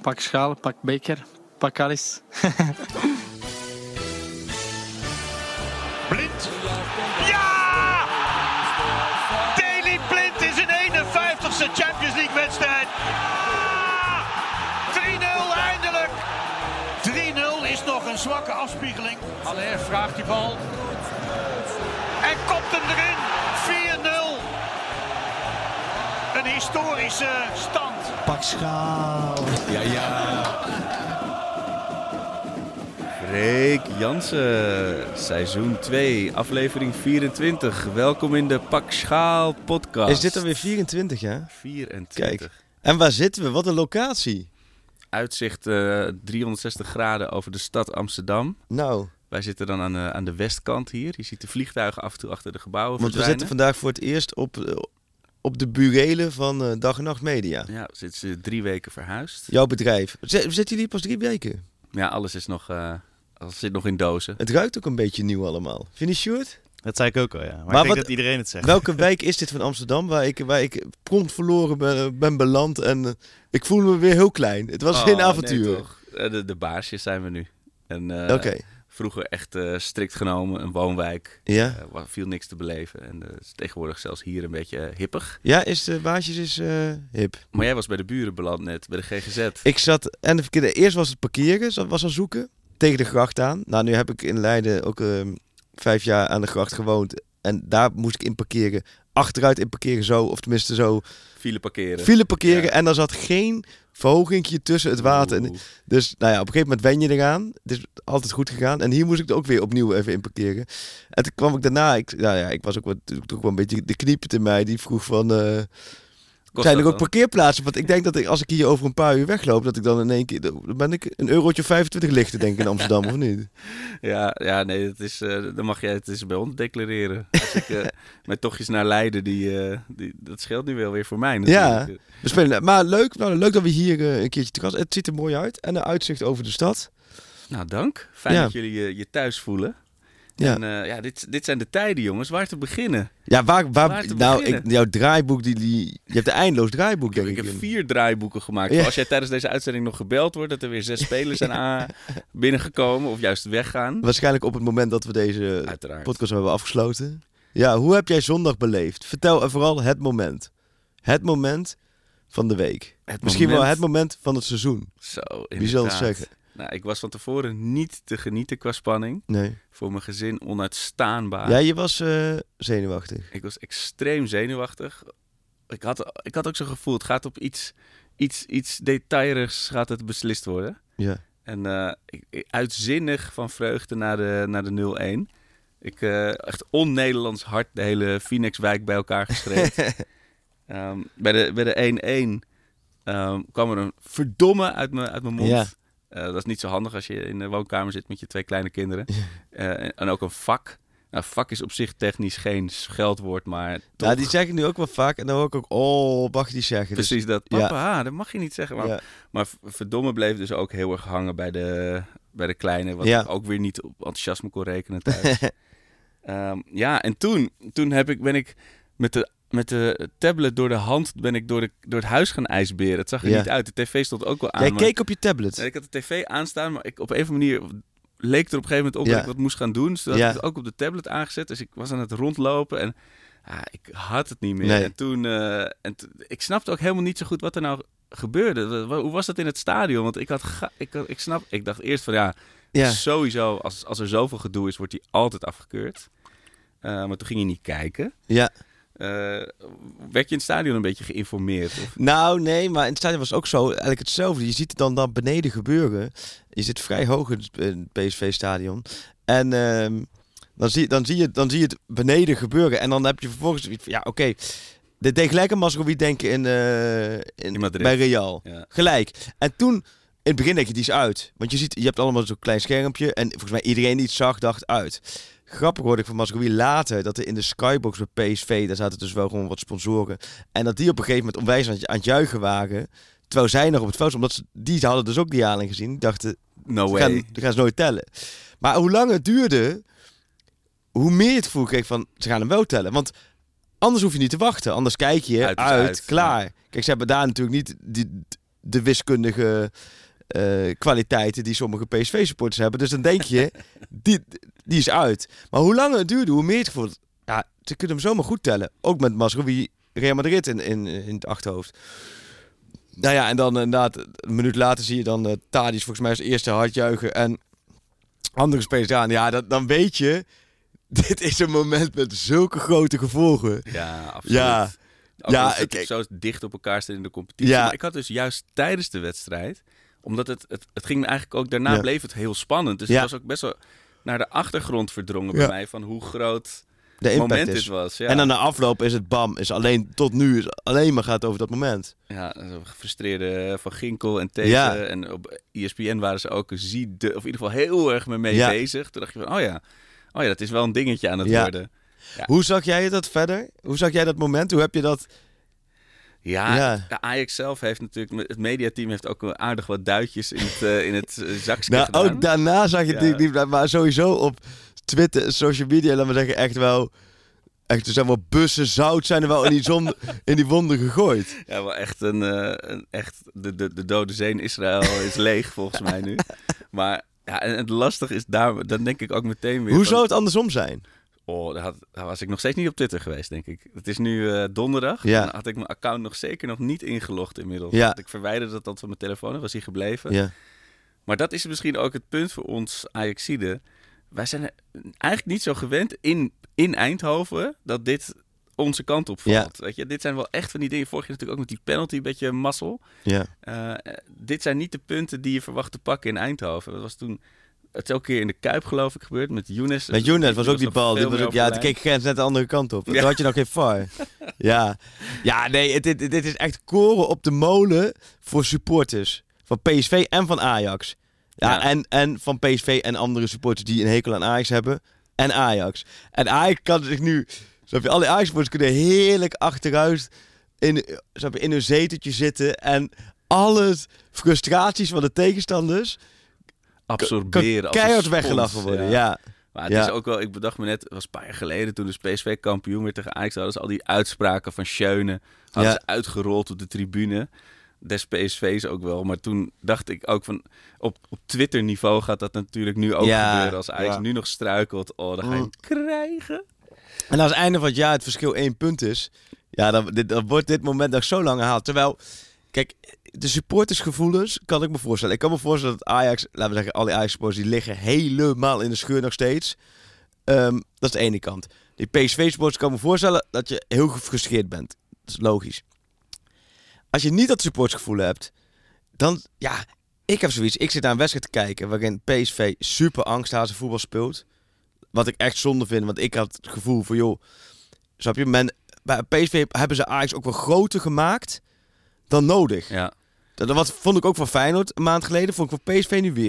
Pak schaal, pak beker, pak alles. Blind. Ja! Daley Blind is in 51ste Champions League wedstrijd. Ja! 3-0 eindelijk. 3-0 is nog een zwakke afspiegeling. Allaire vraagt die bal. En kopt hem erin. 4-0. Een historische stand. Pak schaal. Ja. Freek Jansen, seizoen 2, aflevering 24. Welkom in de Pak Schaal podcast. Is dit alweer 24, ja? 24. Kijk, en waar zitten we? Wat een locatie. Uitzicht 360 graden over de stad Amsterdam. Nou. Wij zitten dan aan de westkant hier. Je ziet de vliegtuigen af en toe achter de gebouwen Want verdwijnen. we zitten vandaag voor het eerst op de burelen van Dag en Nacht Media. Ja, we zitten 3 weken verhuisd. Jouw bedrijf. Zitten jullie pas 3 weken? Ja, alles is nog, alles zit nog in dozen. Het ruikt ook een beetje nieuw allemaal. Vind je Sjoerd? Dat zei ik ook al, ja. Maar ik wat, denk dat iedereen het zegt. Welke wijk is dit van Amsterdam waar ik prompt verloren ben beland en ik voel me weer heel klein. Het was geen avontuur. Nee, toch. De Baarsjes zijn we nu. Oké. Vroeger echt strikt genomen, een woonwijk. Ja. Viel niks te beleven. En is tegenwoordig zelfs hier een beetje hippig. Ja, Baasjes is hip. Maar jij was bij de buren beland net, bij de GGZ. Ik zat, eerst was het parkeren, was al zoeken, tegen de gracht aan. Nou, nu heb ik in Leiden ook 5 jaar aan de gracht gewoond. En daar moest ik in parkeren, achteruit in parkeren zo, of tenminste zo. File parkeren. Ja. En er zat geen verhogingje tussen het water. En, dus nou ja, op een gegeven moment wen je eraan. Het is altijd goed gegaan. En hier moest ik er ook weer opnieuw even in parkeren. En toen kwam ik daarna, ik was ook wel een beetje de kniepet in mij. Die vroeg van, zijn er ook parkeerplaatsen? Want ik denk dat als ik hier over een paar uur wegloop, dat ik dan in één keer, dan ben ik een eurotje 25 lichter, denk ik, in Amsterdam, of niet? Ja, nee, dat is, dan mag jij het eens bij ons declareren. Als ik met tochtjes naar Leiden, dat scheelt nu wel weer voor mij natuurlijk. Ja, maar leuk dat we hier een keertje te gast. Het ziet er mooi uit en een uitzicht over de stad. Nou, dank. Fijn dat jullie je thuis voelen. Ja. En dit zijn de tijden, jongens. Waar te beginnen? Ja, jouw draaiboek, je hebt een eindeloos draaiboek, denk ik. Ik heb 4 draaiboeken gemaakt. Ja. Als jij tijdens deze uitzending nog gebeld wordt, dat er weer 6 spelers zijn binnengekomen of juist weggaan. Waarschijnlijk op het moment dat we deze Uiteraard. podcast hebben afgesloten. Ja, hoe heb jij zondag beleefd? Vertel vooral het moment. Het moment van de week. Misschien wel het moment van het seizoen. Zo, inderdaad. Wie zal het zeggen? Nou, ik was van tevoren niet te genieten qua spanning. Nee. Voor mijn gezin onuitstaanbaar. Ja, je was zenuwachtig. Ik was extreem zenuwachtig. Ik had ook zo'n gevoel, het gaat op iets detailigs gaat het beslist worden. Ja. En uitzinnig van vreugde naar de 0-1. Ik echt on-Nederlands hard de hele Phoenixwijk bij elkaar geschreven. Bij de 1-1 kwam er een verdomme uit mijn mond. Ja. Dat is niet zo handig als je in de woonkamer zit met je 2 kleine kinderen. En ook een vak. Nou, vak is op zich technisch geen scheldwoord, maar toch... Ja, die zeg ik nu ook wel vaak. En dan hoor ik ook, mag je die zeggen. Precies dus, dat. Papa, dat mag je niet zeggen. Maar verdomme bleef dus ook heel erg hangen bij de kleine. Wat ik ook weer niet op enthousiasme kon rekenen thuis. En toen ben ik met de tablet door de hand door het huis gaan ijsberen. Het zag er niet uit. De tv stond ook wel aan. Jij keek op je tablet? Ik had de tv aanstaan, maar op een of andere manier leek er op een gegeven moment op dat ik wat moest gaan doen. Dus toen had ik het ook op de tablet aangezet. Dus ik was aan het rondlopen en ik had het niet meer. Nee. En toen ik snapte ook helemaal niet zo goed wat er nou gebeurde. Hoe was dat in het stadion? Want ik dacht eerst van sowieso, als er zoveel gedoe is, wordt hij altijd afgekeurd. Maar toen ging je niet kijken. Ja. Werd je in het stadion een beetje geïnformeerd? Of? Nou, nee, maar in het stadion was het ook zo. Eigenlijk hetzelfde. Je ziet het dan beneden gebeuren. Je zit vrij hoog in het PSV-stadion. En dan zie je het beneden gebeuren. En dan heb je vervolgens zoiets van, oké. Dit deed gelijk een Mazraoui denken in Madrid. Bij Real. Ja. Gelijk. En toen, in het begin denk je, die is uit. Want je hebt allemaal zo'n klein schermpje. En volgens mij iedereen die het zag, dacht uit. Grappig hoorde ik van Mazraoui later dat er in de skybox bij PSV, daar zaten dus wel gewoon wat sponsoren. En dat die op een gegeven moment onwijs aan het juichen waren. Terwijl zij nog op het veld stonden, omdat die hadden dus ook die haling gezien. Die dachten, no way. Die gaan ze nooit tellen. Maar hoe langer het duurde, hoe meer je het gevoel kreeg van, ze gaan hem wel tellen. Want anders hoef je niet te wachten. Anders kijk je uit, klaar. Ja. Kijk, ze hebben daar natuurlijk niet de wiskundige kwaliteiten die sommige PSV-supporters hebben. Dus dan denk je, die is uit. Maar hoe langer het duurde, hoe meer het gevoel... Ja, ze kunnen hem zomaar goed tellen. Ook met Mazraoui, Real Madrid in het achterhoofd. Nou ja, en dan inderdaad, een minuut later zie je dan Tadic volgens mij als eerste hard juichen. En andere spelers aan. Ja, dan weet je, dit is een moment met zulke grote gevolgen. Ja, absoluut. Ja. Ik zo dicht op elkaar staan in de competitie. Ja. Maar ik had dus juist tijdens de wedstrijd, omdat het ging eigenlijk ook, daarna bleef het heel spannend. Dus het was ook best wel naar de achtergrond verdrongen bij mij van hoe groot de impact moment is. Dit was. Ja. En dan na afloop is het bam, is alleen tot nu is alleen maar gaat over dat moment. Ja, gefrustreerde Van Ginkel en These. Ja. En op ESPN waren ze ook of in ieder geval heel erg mee bezig. Toen dacht je van, oh ja, dat is wel een dingetje aan het worden. Ja. Hoe zag jij dat verder? Hoe zag jij dat moment? Hoe heb je dat... Ja, de Ajax zelf heeft natuurlijk... Het mediateam heeft ook aardig wat duitjes in het zakje gedaan. Ook daarna zag je natuurlijk... Maar sowieso op Twitter, social media, laat maar zeggen, echt wel... Echt, er zijn wel bussen zout zijn er wel in die wonden gegooid. Ja, wel echt de dode zee in Israël is leeg volgens mij nu. Maar ja, en het lastige is daar, dan denk ik ook meteen weer... Hoe zou het andersom zijn? Daar was ik nog steeds niet op Twitter geweest, denk ik. Het is nu donderdag. Ja. Dan had ik mijn account nog niet ingelogd inmiddels. Ja. Ik verwijderde dat van mijn telefoon. Dan was hij gebleven. Ja. Maar dat is misschien ook het punt voor ons Ajaxiden. Wij zijn eigenlijk niet zo gewend in Eindhoven dat dit onze kant op valt. Ja. Weet je? Dit zijn wel echt van die dingen. Vorig jaar natuurlijk ook met die penalty, een beetje mazzel. Ja. Dit zijn niet de punten die je verwacht te pakken in Eindhoven. Dat was toen... Het is elke keer in de Kuip, geloof ik, gebeurd. Met Younes. Met Younes was ook die bal. Die keek Gens net de andere kant op. Toen had je nog geen VAR. Ja, nee, dit is echt koren op de molen voor supporters. Van PSV en van Ajax. Ja. En van PSV en andere supporters die een hekel aan Ajax hebben. En Ajax. En Ajax kan zich nu... Al die Ajax-supporters kunnen heerlijk achteruit in hun zeteltje zitten. En alle frustraties van de tegenstanders... absorberen. Keihard weggelachen worden, ja. Maar het is ook wel, ik bedacht me net, het was een paar jaar geleden toen de PSV kampioen werd tegen Ajax, hadden ze al die uitspraken van Schöne, hadden ze uitgerold op de tribune. Des PSV's ook wel, maar toen dacht ik ook van, op Twitter niveau gaat dat natuurlijk nu ook gebeuren. Als Ajax nu nog struikelt, dan ga je hem krijgen. En als het einde van het jaar het verschil 1 punt is, dan wordt dit moment nog zo lang gehaald. Terwijl, kijk, de supportersgevoelens kan ik me voorstellen. Ik kan me voorstellen dat Ajax, laten we zeggen, al die Ajax-supporters, die liggen helemaal in de scheur nog steeds. Dat is de ene kant. Die PSV-supporters kan me voorstellen dat je heel gefrustreerd bent. Dat is logisch. Als je niet dat supportersgevoel hebt, dan, ik heb zoiets. Ik zit naar een wedstrijd te kijken waarin PSV super angsthazen voetbal speelt. Wat ik echt zonde vind, want ik had het gevoel van, joh, snap je, bij PSV hebben ze Ajax ook wel groter gemaakt dan nodig. Ja. Dat vond ik ook van Feyenoord een maand geleden. Vond ik van PSV nu weer.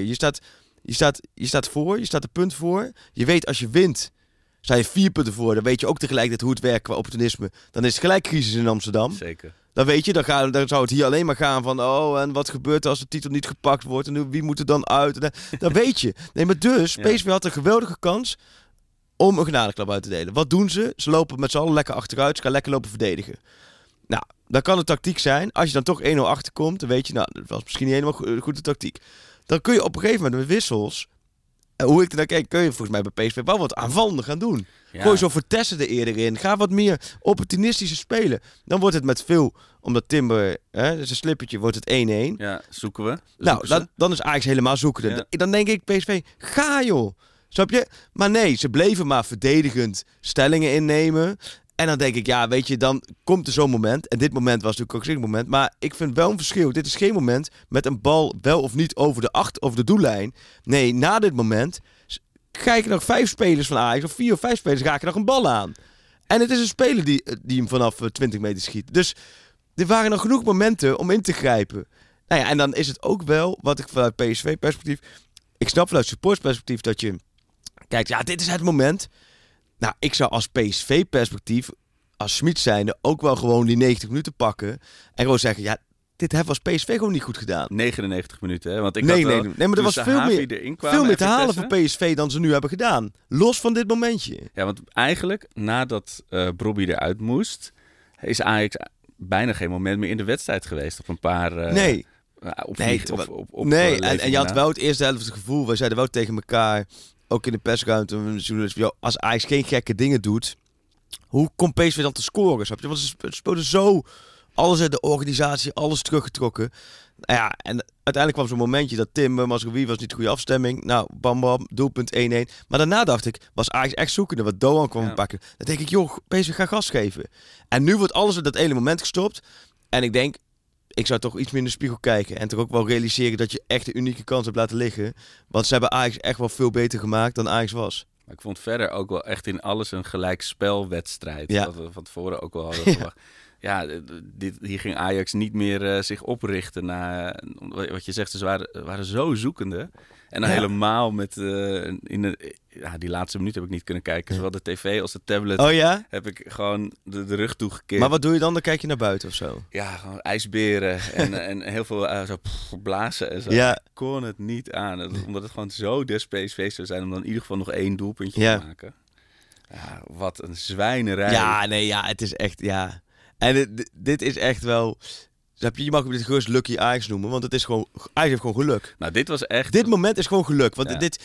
Je staat voor. Je staat een punt voor. Je weet als je wint, sta je 4 punten voor. Dan weet je ook tegelijkertijd hoe het werkt qua opportunisme. Dan is het gelijk crisis in Amsterdam. Zeker. Dan weet je, dan zou het hier alleen maar gaan van... en wat gebeurt er als de titel niet gepakt wordt? En wie moet er dan uit? Dan weet je. Nee, maar dus, PSV had een geweldige kans om een genadeklap uit te delen. Wat doen ze? Ze lopen met z'n allen lekker achteruit. Ze gaan lekker lopen verdedigen. Nou, dat kan de tactiek zijn. Als je dan toch 1-0 achterkomt, dan weet je, dat was misschien niet helemaal goed de tactiek. Dan kun je op een gegeven moment met wissels, hoe ik er naar kijk, kun je volgens mij bij PSV wel wat aanvallender gaan doen. Ja. Gooi zo Vertessen er eerder in. Ga wat meer opportunistischer spelen. Dan wordt het met veel, omdat Timber, zijn slippertje, wordt het 1-1. Ja, zoeken we. Dan is Ajax helemaal zoekende. Ja. Dan denk ik, PSV, ga joh. Snap je? Maar nee, ze bleven maar verdedigend stellingen innemen. En dan denk ik, weet je, dan komt er zo'n moment. En dit moment was natuurlijk ook zo'n moment. Maar ik vind wel een verschil. Dit is geen moment met een bal wel of niet over de doellijn. Nee, na dit moment kijk je nog 5 spelers van Ajax, of 4 of 5 spelers, raken nog een bal aan. En het is een speler die hem vanaf 20 meter schiet. Dus er waren nog genoeg momenten om in te grijpen. Nou ja, en dan is het ook wel, wat ik vanuit PSV-perspectief... Ik snap vanuit supportsperspectief dat je kijkt, dit is het moment. Nou, ik zou als PSV-perspectief, als Schmid zijnde, ook wel gewoon die 90 minuten pakken. En gewoon zeggen, dit hebben we als PSV gewoon niet goed gedaan. 99 minuten, hè? Want ik nee, maar er was veel meer te halen voor PSV dan ze nu hebben gedaan. Los van dit momentje. Ja, want eigenlijk, nadat Brobby eruit moest, is Ajax bijna geen moment meer in de wedstrijd geweest. Op een paar En je had wel het eerste helft het gevoel, we zeiden wel tegen elkaar, ook in de persruimte, als Ajax geen gekke dingen doet, hoe komt PSV dan te scoren? Snap je? Want ze speelden zo alles in de organisatie, alles teruggetrokken. Nou ja, en uiteindelijk kwam zo'n momentje dat Tim Mazraoui was niet goede afstemming. Nou, bam, doelpunt 1-1. Maar daarna dacht ik, was Ajax echt zoekende wat Doan kwam pakken. Dan denk ik, joh, PSV gaat gas geven. En nu wordt alles op dat ene moment gestopt. En ik denk, ik zou toch iets meer in de spiegel kijken. En toch ook wel realiseren dat je echt een unieke kans hebt laten liggen. Want ze hebben Ajax echt wel veel beter gemaakt dan Ajax was. Maar ik vond verder ook wel echt in alles een gelijkspelwedstrijd. Ja. Wat we van tevoren ook wel hadden verwacht. Ja, hier ging Ajax niet meer zich oprichten naar wat je zegt. Ze waren zo zoekende. En dan helemaal met die laatste minuut heb ik niet kunnen kijken. Zowel de tv als de tablet heb ik gewoon de rug toegekeerd. Maar wat doe je dan? Dan kijk je naar buiten of zo? Ja, gewoon ijsberen en heel veel zo blazen en zo. Ja. Ik kon het niet aan. Omdat het gewoon zo des PSV zou zijn om dan in ieder geval nog 1 doelpuntje te maken. Ja, wat een zwijnerij. Het is echt, En dit is echt wel... Je mag dit gerust Lucky Ajax noemen, want het is gewoon... Ajax heeft gewoon geluk. Nou, dit was echt... Dit moment is gewoon geluk. Want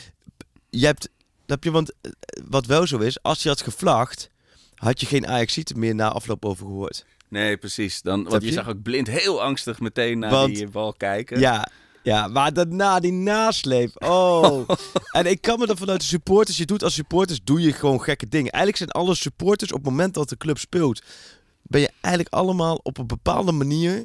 want wat wel zo is, als je had gevlacht, had je geen Ajaxieten meer na afloop over gehoord. Nee, precies. Want je zag ook Blind heel angstig meteen naar die bal kijken. Ja, maar daarna die nasleep. Oh. En ik kan me dan vanuit de supporters... Je doet als supporters, doe je gewoon gekke dingen. Eigenlijk zijn alle supporters op het moment dat de club speelt... ben je eigenlijk allemaal op een bepaalde manier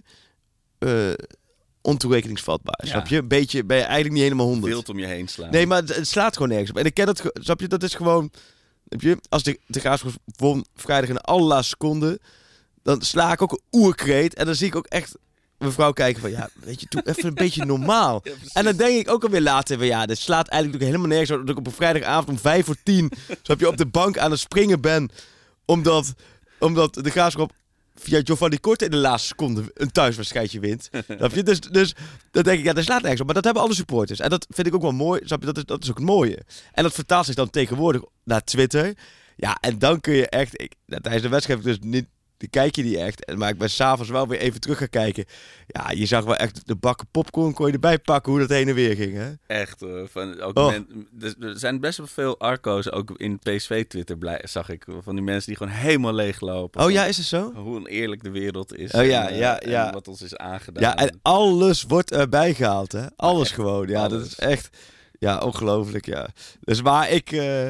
ontoerekeningsvatbaar. Ja. Snap je? Een beetje, ben je eigenlijk niet helemaal 100. Wild om je heen slaan. Nee, maar het slaat gewoon nergens op. En ik ken dat, snap je? Dat is gewoon... Als de Graafschap won vrijdag in de allerlaatste seconde, dan sla ik ook een oerkreet. En dan zie ik ook echt mevrouw kijken van, weet je, doe even een beetje normaal. Ja, en dan denk ik ook alweer later, dit slaat eigenlijk helemaal nergens op. Dat ik op een vrijdagavond om 9:55, snap je, op de bank aan het springen ben, omdat de Graafschap via Giovanni Korte in de laatste seconde een thuiswedstrijdje wint. Dus dan denk ik, dat slaat nergens op. Maar dat hebben alle supporters. En dat vind ik ook wel mooi. Snap je? Dat is ook het mooie. En dat vertaalt zich dan tegenwoordig naar Twitter. Ja, en dan kun je echt... tijdens de wedstrijd dus niet... Die kijk je niet echt. Maar ik ben s'avonds wel weer even terug gaan kijken. Ja, je zag wel echt de bakken popcorn kon je erbij pakken hoe dat heen en weer ging. Hè? Echt. Er zijn best wel veel arco's ook in PSV-Twitter, zag ik. Van die mensen die gewoon helemaal leeglopen. Oh ja, is het zo? Hoe oneerlijk de wereld is. En wat ons is aangedaan. Ja, en alles wordt erbij gehaald. Hè? Alles gewoon. Ja, alles. Dat is echt... Ja, ongelooflijk, ja. Dus maar ik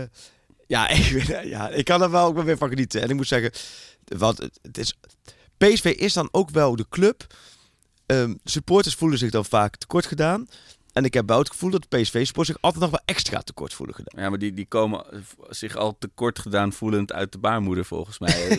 kan er wel ook weer van genieten. En ik moet zeggen... Want het is, PSV is dan ook wel de club. Supporters voelen zich dan vaak tekort gedaan. En ik heb wel het gevoel dat PSV-supporters zich altijd nog wel extra tekort voelen gedaan. Ja, maar die komen zich al tekort gedaan voelend uit de baarmoeder volgens mij.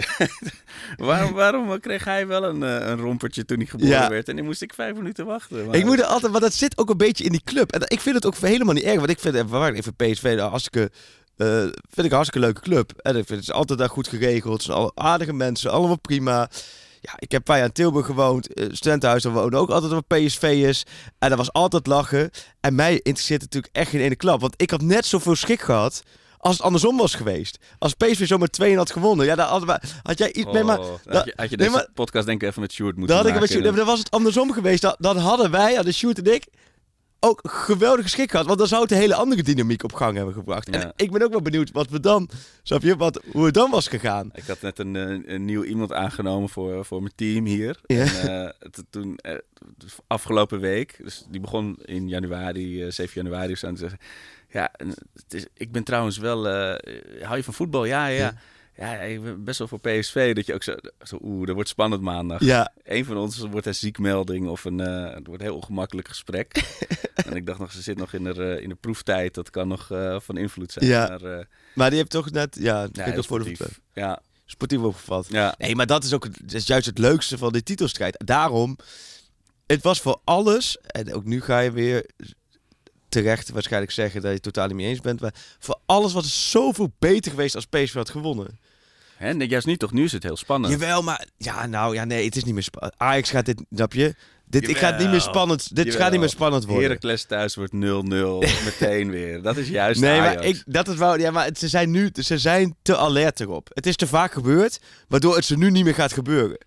waarom kreeg hij wel een rompertje toen hij geboren werd? En dan moest ik 5 minuten wachten. Maar... Ik moet er altijd, want dat zit ook een beetje in die club. En ik vind het ook helemaal niet erg. Want ik vind PSV vind ik een hartstikke leuke club. En ik vind het altijd daar goed geregeld. Het zijn alle aardige mensen, allemaal prima. Ja, ik heb 5 jaar in Tilburg gewoond. Studentenhuis, daar woonde ook altijd wat PSV'ers. En dat was altijd lachen. En mij interesseert het natuurlijk echt geen ene klap. Want ik had net zoveel schik gehad als het andersom was geweest. Als PSV zo met 2 had gewonnen. Ja, dan had jij iets mee. Maar had je deze podcast denk ik even met Sjoerd moeten maken. Dan was het andersom geweest. Dan hadden Sjoerd en ik ook geweldige schik gehad. Want dan zou het een hele andere dynamiek op gang hebben gebracht. Ja. En ik ben ook wel benieuwd wat we dan... Snap je? Hoe het dan was gegaan. Ik had net een nieuw iemand aangenomen voor mijn team hier. Ja. En toen afgelopen week... Dus die begon in januari, 7 januari of zo. En zeggen, ik ben trouwens wel... hou je van voetbal? Ja. Ja, ik ben best wel voor PSV. Dat je ook dat wordt spannend maandag. Ja. Eén van ons wordt een ziekmelding of het wordt een heel ongemakkelijk gesprek. En ik dacht nog, ze zit nog in de proeftijd. Dat kan nog van invloed zijn. Ja. Maar die heeft toch net... heel sportief. Sportief opgevat. Ja. Nee, maar dat is juist het leukste van die titelstrijd. Daarom, het was voor alles... En ook nu ga je weer... terecht waarschijnlijk zeggen dat je het totaal niet mee eens bent. Maar voor alles was het zoveel beter geweest als PSV had gewonnen. Hè? Nee, juist niet, toch? Nu is het heel spannend. Jawel, maar... nee, het is niet meer spannend. Ajax gaat dit... Snap je? Dit gaat niet meer spannend. Dit gaat niet meer spannend worden. Heracles thuis wordt 0-0 meteen weer. Dat is juist nee, Ajax. Maar dat is wel... Ja, maar ze zijn te alert erop. Het is te vaak gebeurd, waardoor het ze nu niet meer gaat gebeuren.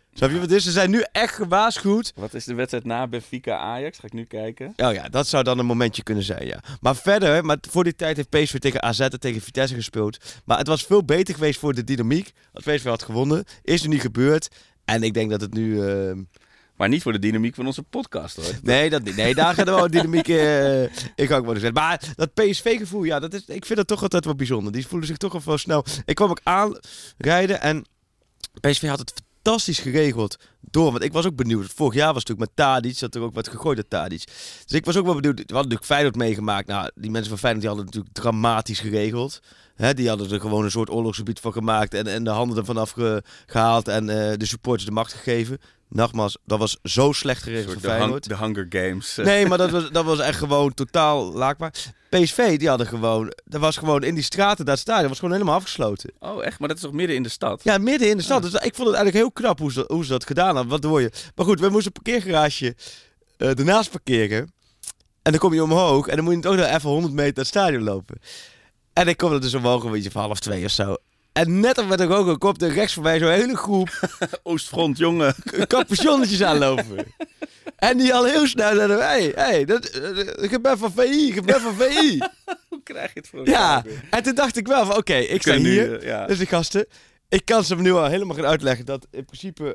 Snap je wat is? Ze zijn nu echt gewaarschuwd. Wat is de wedstrijd na Benfica-Ajax? Ga ik nu kijken. Oh ja, dat zou dan een momentje kunnen zijn, ja. Maar verder, voor die tijd heeft PSV tegen AZ en tegen Vitesse gespeeld. Maar het was veel beter geweest voor de dynamiek. Als PSV had gewonnen. Is er niet gebeurd. En ik denk dat het nu... Maar niet voor de dynamiek van onze podcast, hoor. Nee, dat niet. Nee, daar gaat er wel dynamiek in gang worden gezet. Maar dat PSV-gevoel, ja, ik vind dat toch altijd wel bijzonder. Die voelen zich toch wel snel. Ik kwam ook aanrijden en PSV had het fantastisch geregeld door. Want ik was ook benieuwd. Vorig jaar was het natuurlijk met Tadic, dat er ook wat gegooid door Tadic. Dus ik was ook wel benieuwd. We hadden natuurlijk Feyenoord meegemaakt. Nou, die mensen van Feyenoord die hadden het natuurlijk dramatisch geregeld. Die hadden er gewoon een soort oorlogsgebied van gemaakt en de handen ervan afgehaald en de supporters de macht gegeven. Nogmaals, dat was zo slecht geregeld voor Feyenoord. De Hunger Games. Nee, maar dat was echt gewoon totaal laakbaar. PSV, die hadden gewoon... Dat was gewoon in die straten, dat stadion was gewoon helemaal afgesloten. Oh, echt? Maar dat is toch midden in de stad? Ja, midden in de stad. Dus ik vond het eigenlijk heel knap hoe ze dat gedaan hadden. Wat hoor je? Maar goed, we moesten een parkeergarage ernaast parkeren. En dan kom je omhoog en dan moet je ook nog even 100 meter naar het stadion lopen. En ik kom er dus omhoog een beetje van 1:30 of zo. En net op met de rook komt er rechts voor mij zo'n hele groep... Oostfront, jongen. Capuchonnetjes aanlopen. En die al heel snel zeiden... ik ben van VI, Hoe krijg je het voor Ja, en toen dacht ik wel van... Oké, ik sta hier. Ja. Dus die gasten... Ik kan ze nu al helemaal gaan uitleggen dat in principe...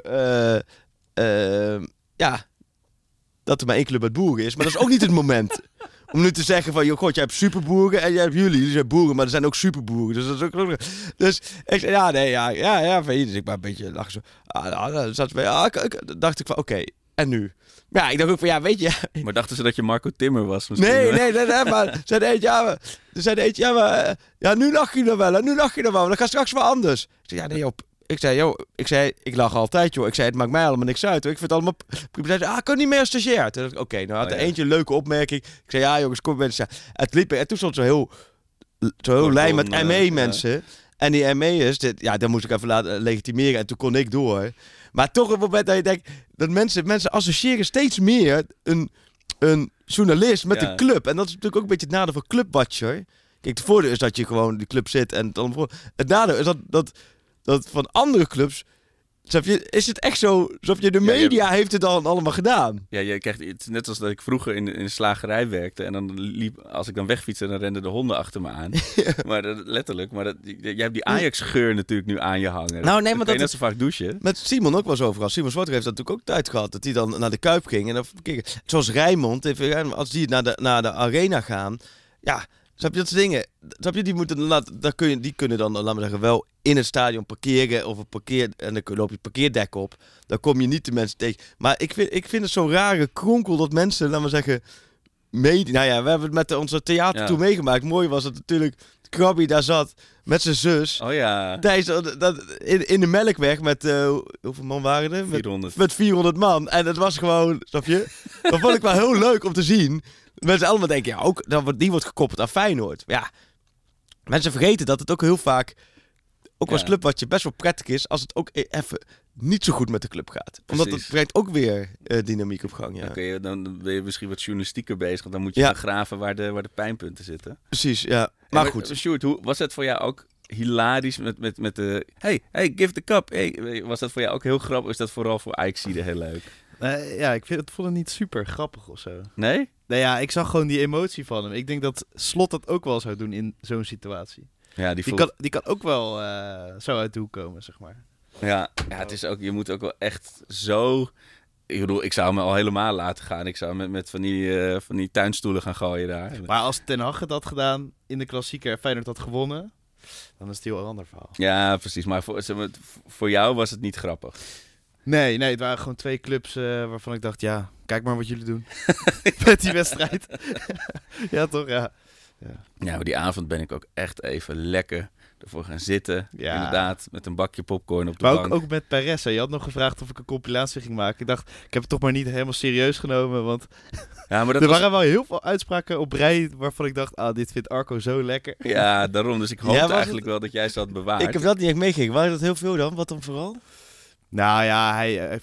dat er maar één club met boeren is. Maar dat is ook niet het moment... Om nu te zeggen van, joh, god, jij hebt superboeren en jij hebt jullie zijn boeren, maar er zijn ook superboeren. Dus dat is ook... Dus ik zei, ja, VI. Dus ik maar een beetje lachen zo. Dacht ik van, oké, en nu? Ja, ik dacht ook van, ja, weet je... Maar dachten ze dat je Marco Timmer was misschien? Nee, maar zei eentje, nu lach je dan wel, maar dat gaat straks wel anders. Ik zei, ja, nee, joh. Ik zei, ik lach altijd, joh. Ik zei, het maakt mij allemaal niks uit, hoor. Ik vind het allemaal... Hij zei, ik kan niet meer stagiair. Toen dacht ik, oké, nou had er eentje een leuke opmerking. Ik zei, ja, jongens, kom met... Het liep... En toen stond zo heel lijn met ME-mensen. Ja. En die ME'ers, daar moest ik even laten legitimeren. En toen kon ik door. Maar toch op het moment dat je denkt... Dat mensen associëren steeds meer een journalist met een club. En dat is natuurlijk ook een beetje het nadeel van Clubwatcher. Kijk, het voordeel is dat je gewoon in die club zit. En het nadeel is dat van andere clubs... Is het echt zo... De media heeft het dan allemaal gedaan. Ja, je krijgt het net als dat ik vroeger in de slagerij werkte. En dan als ik dan wegfietste, dan renden de honden achter me aan. Ja. Maar letterlijk. Maar jij hebt die Ajax-geur natuurlijk nu aan je hangen. Nou, nee, maar dat net zo vaak douchen. Met Simon ook wel zo overal. Simon Zwarter heeft dat natuurlijk ook tijd gehad. Dat hij dan naar de Kuip ging. En dan, zoals Rijnmond. Als die naar de arena gaan... Ja... Snap je dat soort dingen? Snap je, die kunnen dan, laten we zeggen, wel in het stadion parkeren of en dan loop je het parkeerdek op. Dan kom je niet de mensen tegen. Maar ik vind het zo'n rare kronkel dat mensen, laten we zeggen, nou ja, we hebben het met onze theatertour meegemaakt. Mooi was het natuurlijk, Krabby daar zat met zijn zus. Oh ja. Tijdens in de Melkweg met, hoeveel man waren er? 400. Met 400 man. En het was gewoon, snap je? Dat vond ik wel heel leuk om te zien. Mensen allemaal denken, ja, ook die wordt gekoppeld aan Feyenoord. Ja, mensen vergeten dat het ook heel vaak, ook als clubwatcher, best wel prettig is als het ook even niet zo goed met de club gaat. Omdat het brengt ook weer dynamiek op gang. Ja. Dan ben je misschien wat journalistieker bezig. Want dan moet je gaan graven waar de pijnpunten zitten. Precies, ja. Maar goed. Sjoerd, hoe was het voor jou ook hilarisch met de... Hey, give the cup. Hey, was dat voor jou ook heel grappig? Of is dat vooral voor Ajaxide heel leuk? Ik vond het niet super grappig of zo. Nee? Nou ja, ik zag gewoon die emotie van hem. Ik denk dat Slot dat ook wel zou doen in zo'n situatie. Ja, die kan ook wel zo uit de hoek komen, zeg maar. Ja, het is ook, je moet ook wel echt zo... Ik bedoel, ik zou me al helemaal laten gaan. Ik zou met van die tuinstoelen gaan gooien daar. Maar als Ten Hag het had gedaan in de klassieker en Feyenoord had gewonnen, dan is het een heel ander verhaal. Ja, precies. Maar voor jou was het niet grappig. Nee, het waren gewoon twee clubs waarvan ik dacht, ja, kijk maar wat jullie doen met die wedstrijd. Ja, toch? Ja, maar die avond ben ik ook echt even lekker ervoor gaan zitten. Ja. Inderdaad, met een bakje popcorn op de bank. Maar ook met Perez. Je had nog gevraagd of ik een compilatie ging maken. Ik dacht, ik heb het toch maar niet helemaal serieus genomen, want er waren wel heel veel uitspraken op rij waarvan ik dacht, dit vindt Arco zo lekker. Ja, daarom. Dus ik hoopte eigenlijk wel dat jij ze had bewaard. Ik heb dat niet echt meegekregen. Waren dat heel veel dan? Wat dan vooral? Nou ja,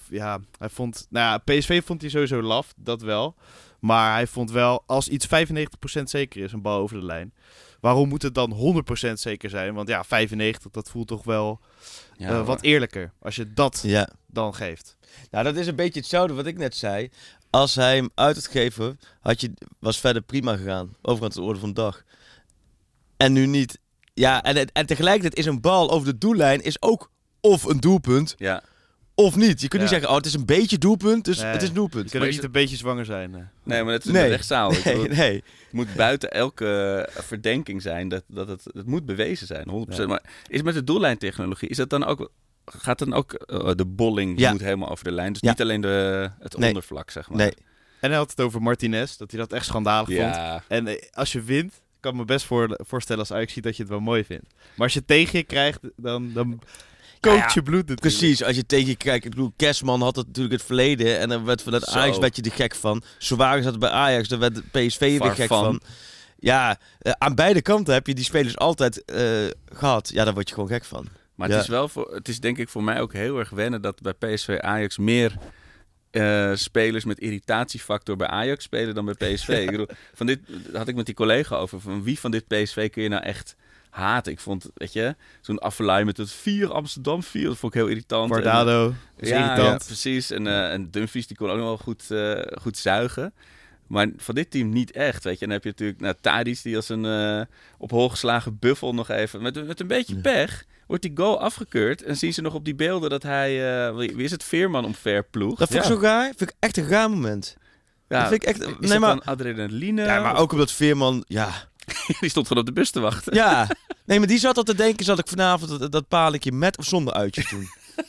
hij vond... Nou ja, PSV vond hij sowieso laf, dat wel. Maar hij vond wel, als iets 95% zeker is, een bal over de lijn. waarom moet het dan 100% zeker zijn? Want 95, dat voelt toch wel wat eerlijker als je dat dan geeft. Nou, dat is een beetje hetzelfde wat ik net zei. Als hij hem uit had gegeven, was verder prima gegaan. Overkant de orde van de dag. En nu niet. Ja, en tegelijkertijd is een bal over de doellijn is ook of een doelpunt, of niet. Je kunt niet zeggen, het is een beetje doelpunt, dus het is een doelpunt. Je kunt niet een beetje zwanger zijn. Nee, maar het is een rechtszaal. Nee. Het moet buiten elke verdenking zijn dat het moet bewezen zijn, 100%. Ja. Maar is met de doellijntechnologie, is dat dan ook... Gaat dan ook de bolling moet helemaal over de lijn? Dus niet alleen het ondervlak, zeg maar. Nee. En hij had het over Martinez, dat hij dat echt schandalig vond. En als je wint, kan ik me best voorstellen als Ajax ziet dat je het wel mooi vindt. Maar als je tegen je krijgt, dan kookt je bloed natuurlijk. Precies, als je tegen je krijgt. Ik bedoel, Kersman had het natuurlijk het verleden. En dan werd van dat Ajax werd je er gek van. Suarez had het bij Ajax, daar werd PSV weer gek van. Ja, aan beide kanten heb je die spelers altijd gehad. Ja, daar word je gewoon gek van. Maar het is denk ik voor mij ook heel erg wennen dat bij PSV Ajax meer spelers met irritatiefactor bij Ajax spelen dan bij PSV. Ik bedoel, dit had ik met die collega over. Van wie van dit PSV kun je nou echt haten? Ik vond, zo'n Affelay met het 4 Amsterdam 4, dat vond ik heel irritant. Bordado is irritant. Ja, precies. En Dumfries, die kon ook nog wel goed zuigen. Maar van dit team niet echt, En dan heb je natuurlijk Tadic, die als een op hol geslagen buffel nog even... Met een beetje pech wordt die goal afgekeurd. En zien ze nog op die beelden dat hij... wie is het? Veerman omver ploeg. Dat vind ik zo gaar. Vind ik echt een gaar moment. Ja, dat vind ik echt... Is dan adrenaline? Ja, maar ook omdat Veerman... Die stond gewoon op de bus te wachten. Ja. Nee, maar die zat al te denken... Zal ik vanavond dat palikje met of zonder uitjes doen?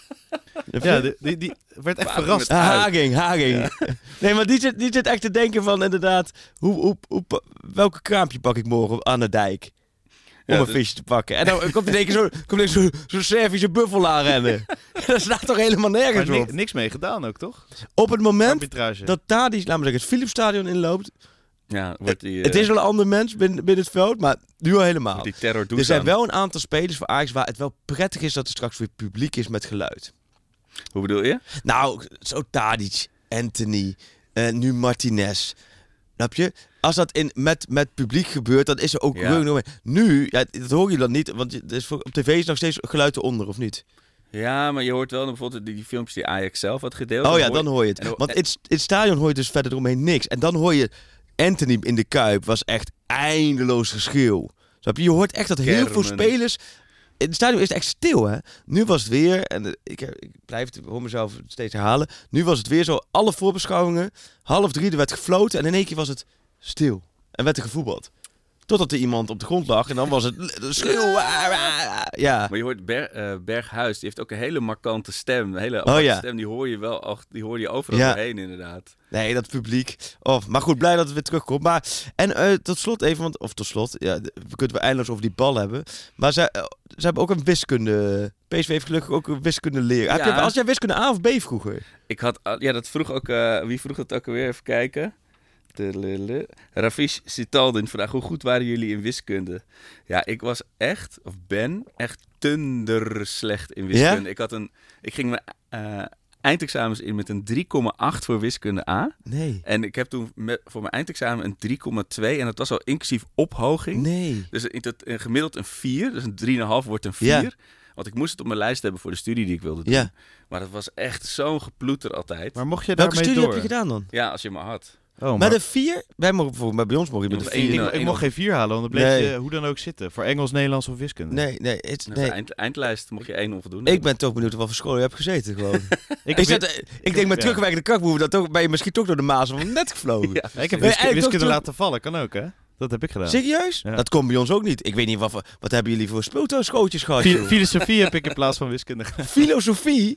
Die werd echt verrast. Haging. Ja. Nee, maar die zit echt te denken van inderdaad... welke kraampje pak ik morgen aan de dijk? Om een visje te pakken. En dan komt in één keer zo'n Servische buffel aanrennen. Dat staat toch helemaal nergens op? Niks mee gedaan ook, toch? Op het moment dat Tadic, laten we zeggen, het Philipsstadion inloopt... Ja, wordt het is wel een ander mens binnen het veld, maar nu al helemaal. Die terror doet er zijn wel een aantal spelers voor Ajax waar het wel prettig is dat er straks weer publiek is met geluid. Hoe bedoel je? Nou, zo Tadic, Anthony, nu Martinez. Snap je? Als dat met publiek gebeurt, dan is er ook... Nu, dat hoor je dan niet, want op tv is nog steeds geluid eronder, of niet? Ja, maar je hoort wel bijvoorbeeld die filmpjes die Ajax zelf had gedeeld. Dan hoor je het. Want in het stadion hoor je dus verder eromheen niks. En dan hoor je Anthony in de Kuip, was echt eindeloos geschreeuw. Snap je? Je hoort echt dat heel veel spelers... In het stadion is het echt stil, hè? Nu was het weer, en ik hoor mezelf steeds herhalen. Nu was het weer zo, alle voorbeschouwingen, 2:30 er werd gefloten en in één keer was het stil. En werd er gevoetbald. Totdat er iemand op de grond lag en dan was het schreeuw. Ja. Maar je hoort Berghuis, die heeft ook een hele markante stem. Een hele aparte stem, die hoor je wel, die hoor je overal doorheen inderdaad. Nee, dat publiek. Maar goed, blij dat het weer terugkomt. Maar, en tot slot even, we kunnen eindeloos over die bal hebben. Maar ze hebben ook een wiskunde. PSV heeft gelukkig ook een wiskunde leren. Ja. Als jij wiskunde A of B vroeger? Dat vroeg ook, wie vroeg dat ook alweer? Even kijken. Ravish Sitaldin vraagt, hoe goed waren jullie in wiskunde? Ja, ik was ben echt slecht in wiskunde. Ja? Ik ging mijn eindexamens in met een 3,8 voor wiskunde A. Nee. En ik heb toen voor mijn eindexamen een 3,2 en dat was al inclusief ophoging. Nee. Dus gemiddeld een 4, dus een 3,5 wordt een 4. Ja. Want ik moest het op mijn lijst hebben voor de studie die ik wilde doen. Ja. Maar dat was echt zo'n geploeter altijd. Maar mocht je daarmee door? Welke studie heb je gedaan dan? Ja, als je maar had. Met een 4? Bij ons mocht je met een 4. Ik mocht geen 4 halen, want dan bleef je hoe dan ook zitten. Voor Engels, Nederlands of wiskunde. Nee. Eindlijst mocht je 1 onvoldoende. Ik ben toch benieuwd wat voor school je hebt gezeten gewoon. ik denk met terugwerkende kracht, dan ben je misschien toch door de Maas of net gevlogen. Ja. Ik heb wiskunde laten vallen, kan ook hè? Dat heb ik gedaan. Serieus? Ja. Dat komt bij ons ook niet. Ik weet niet wat hebben jullie voor speeltooschootjes gehad. Filosofie heb ik in plaats van wiskunde gedaan. Filosofie?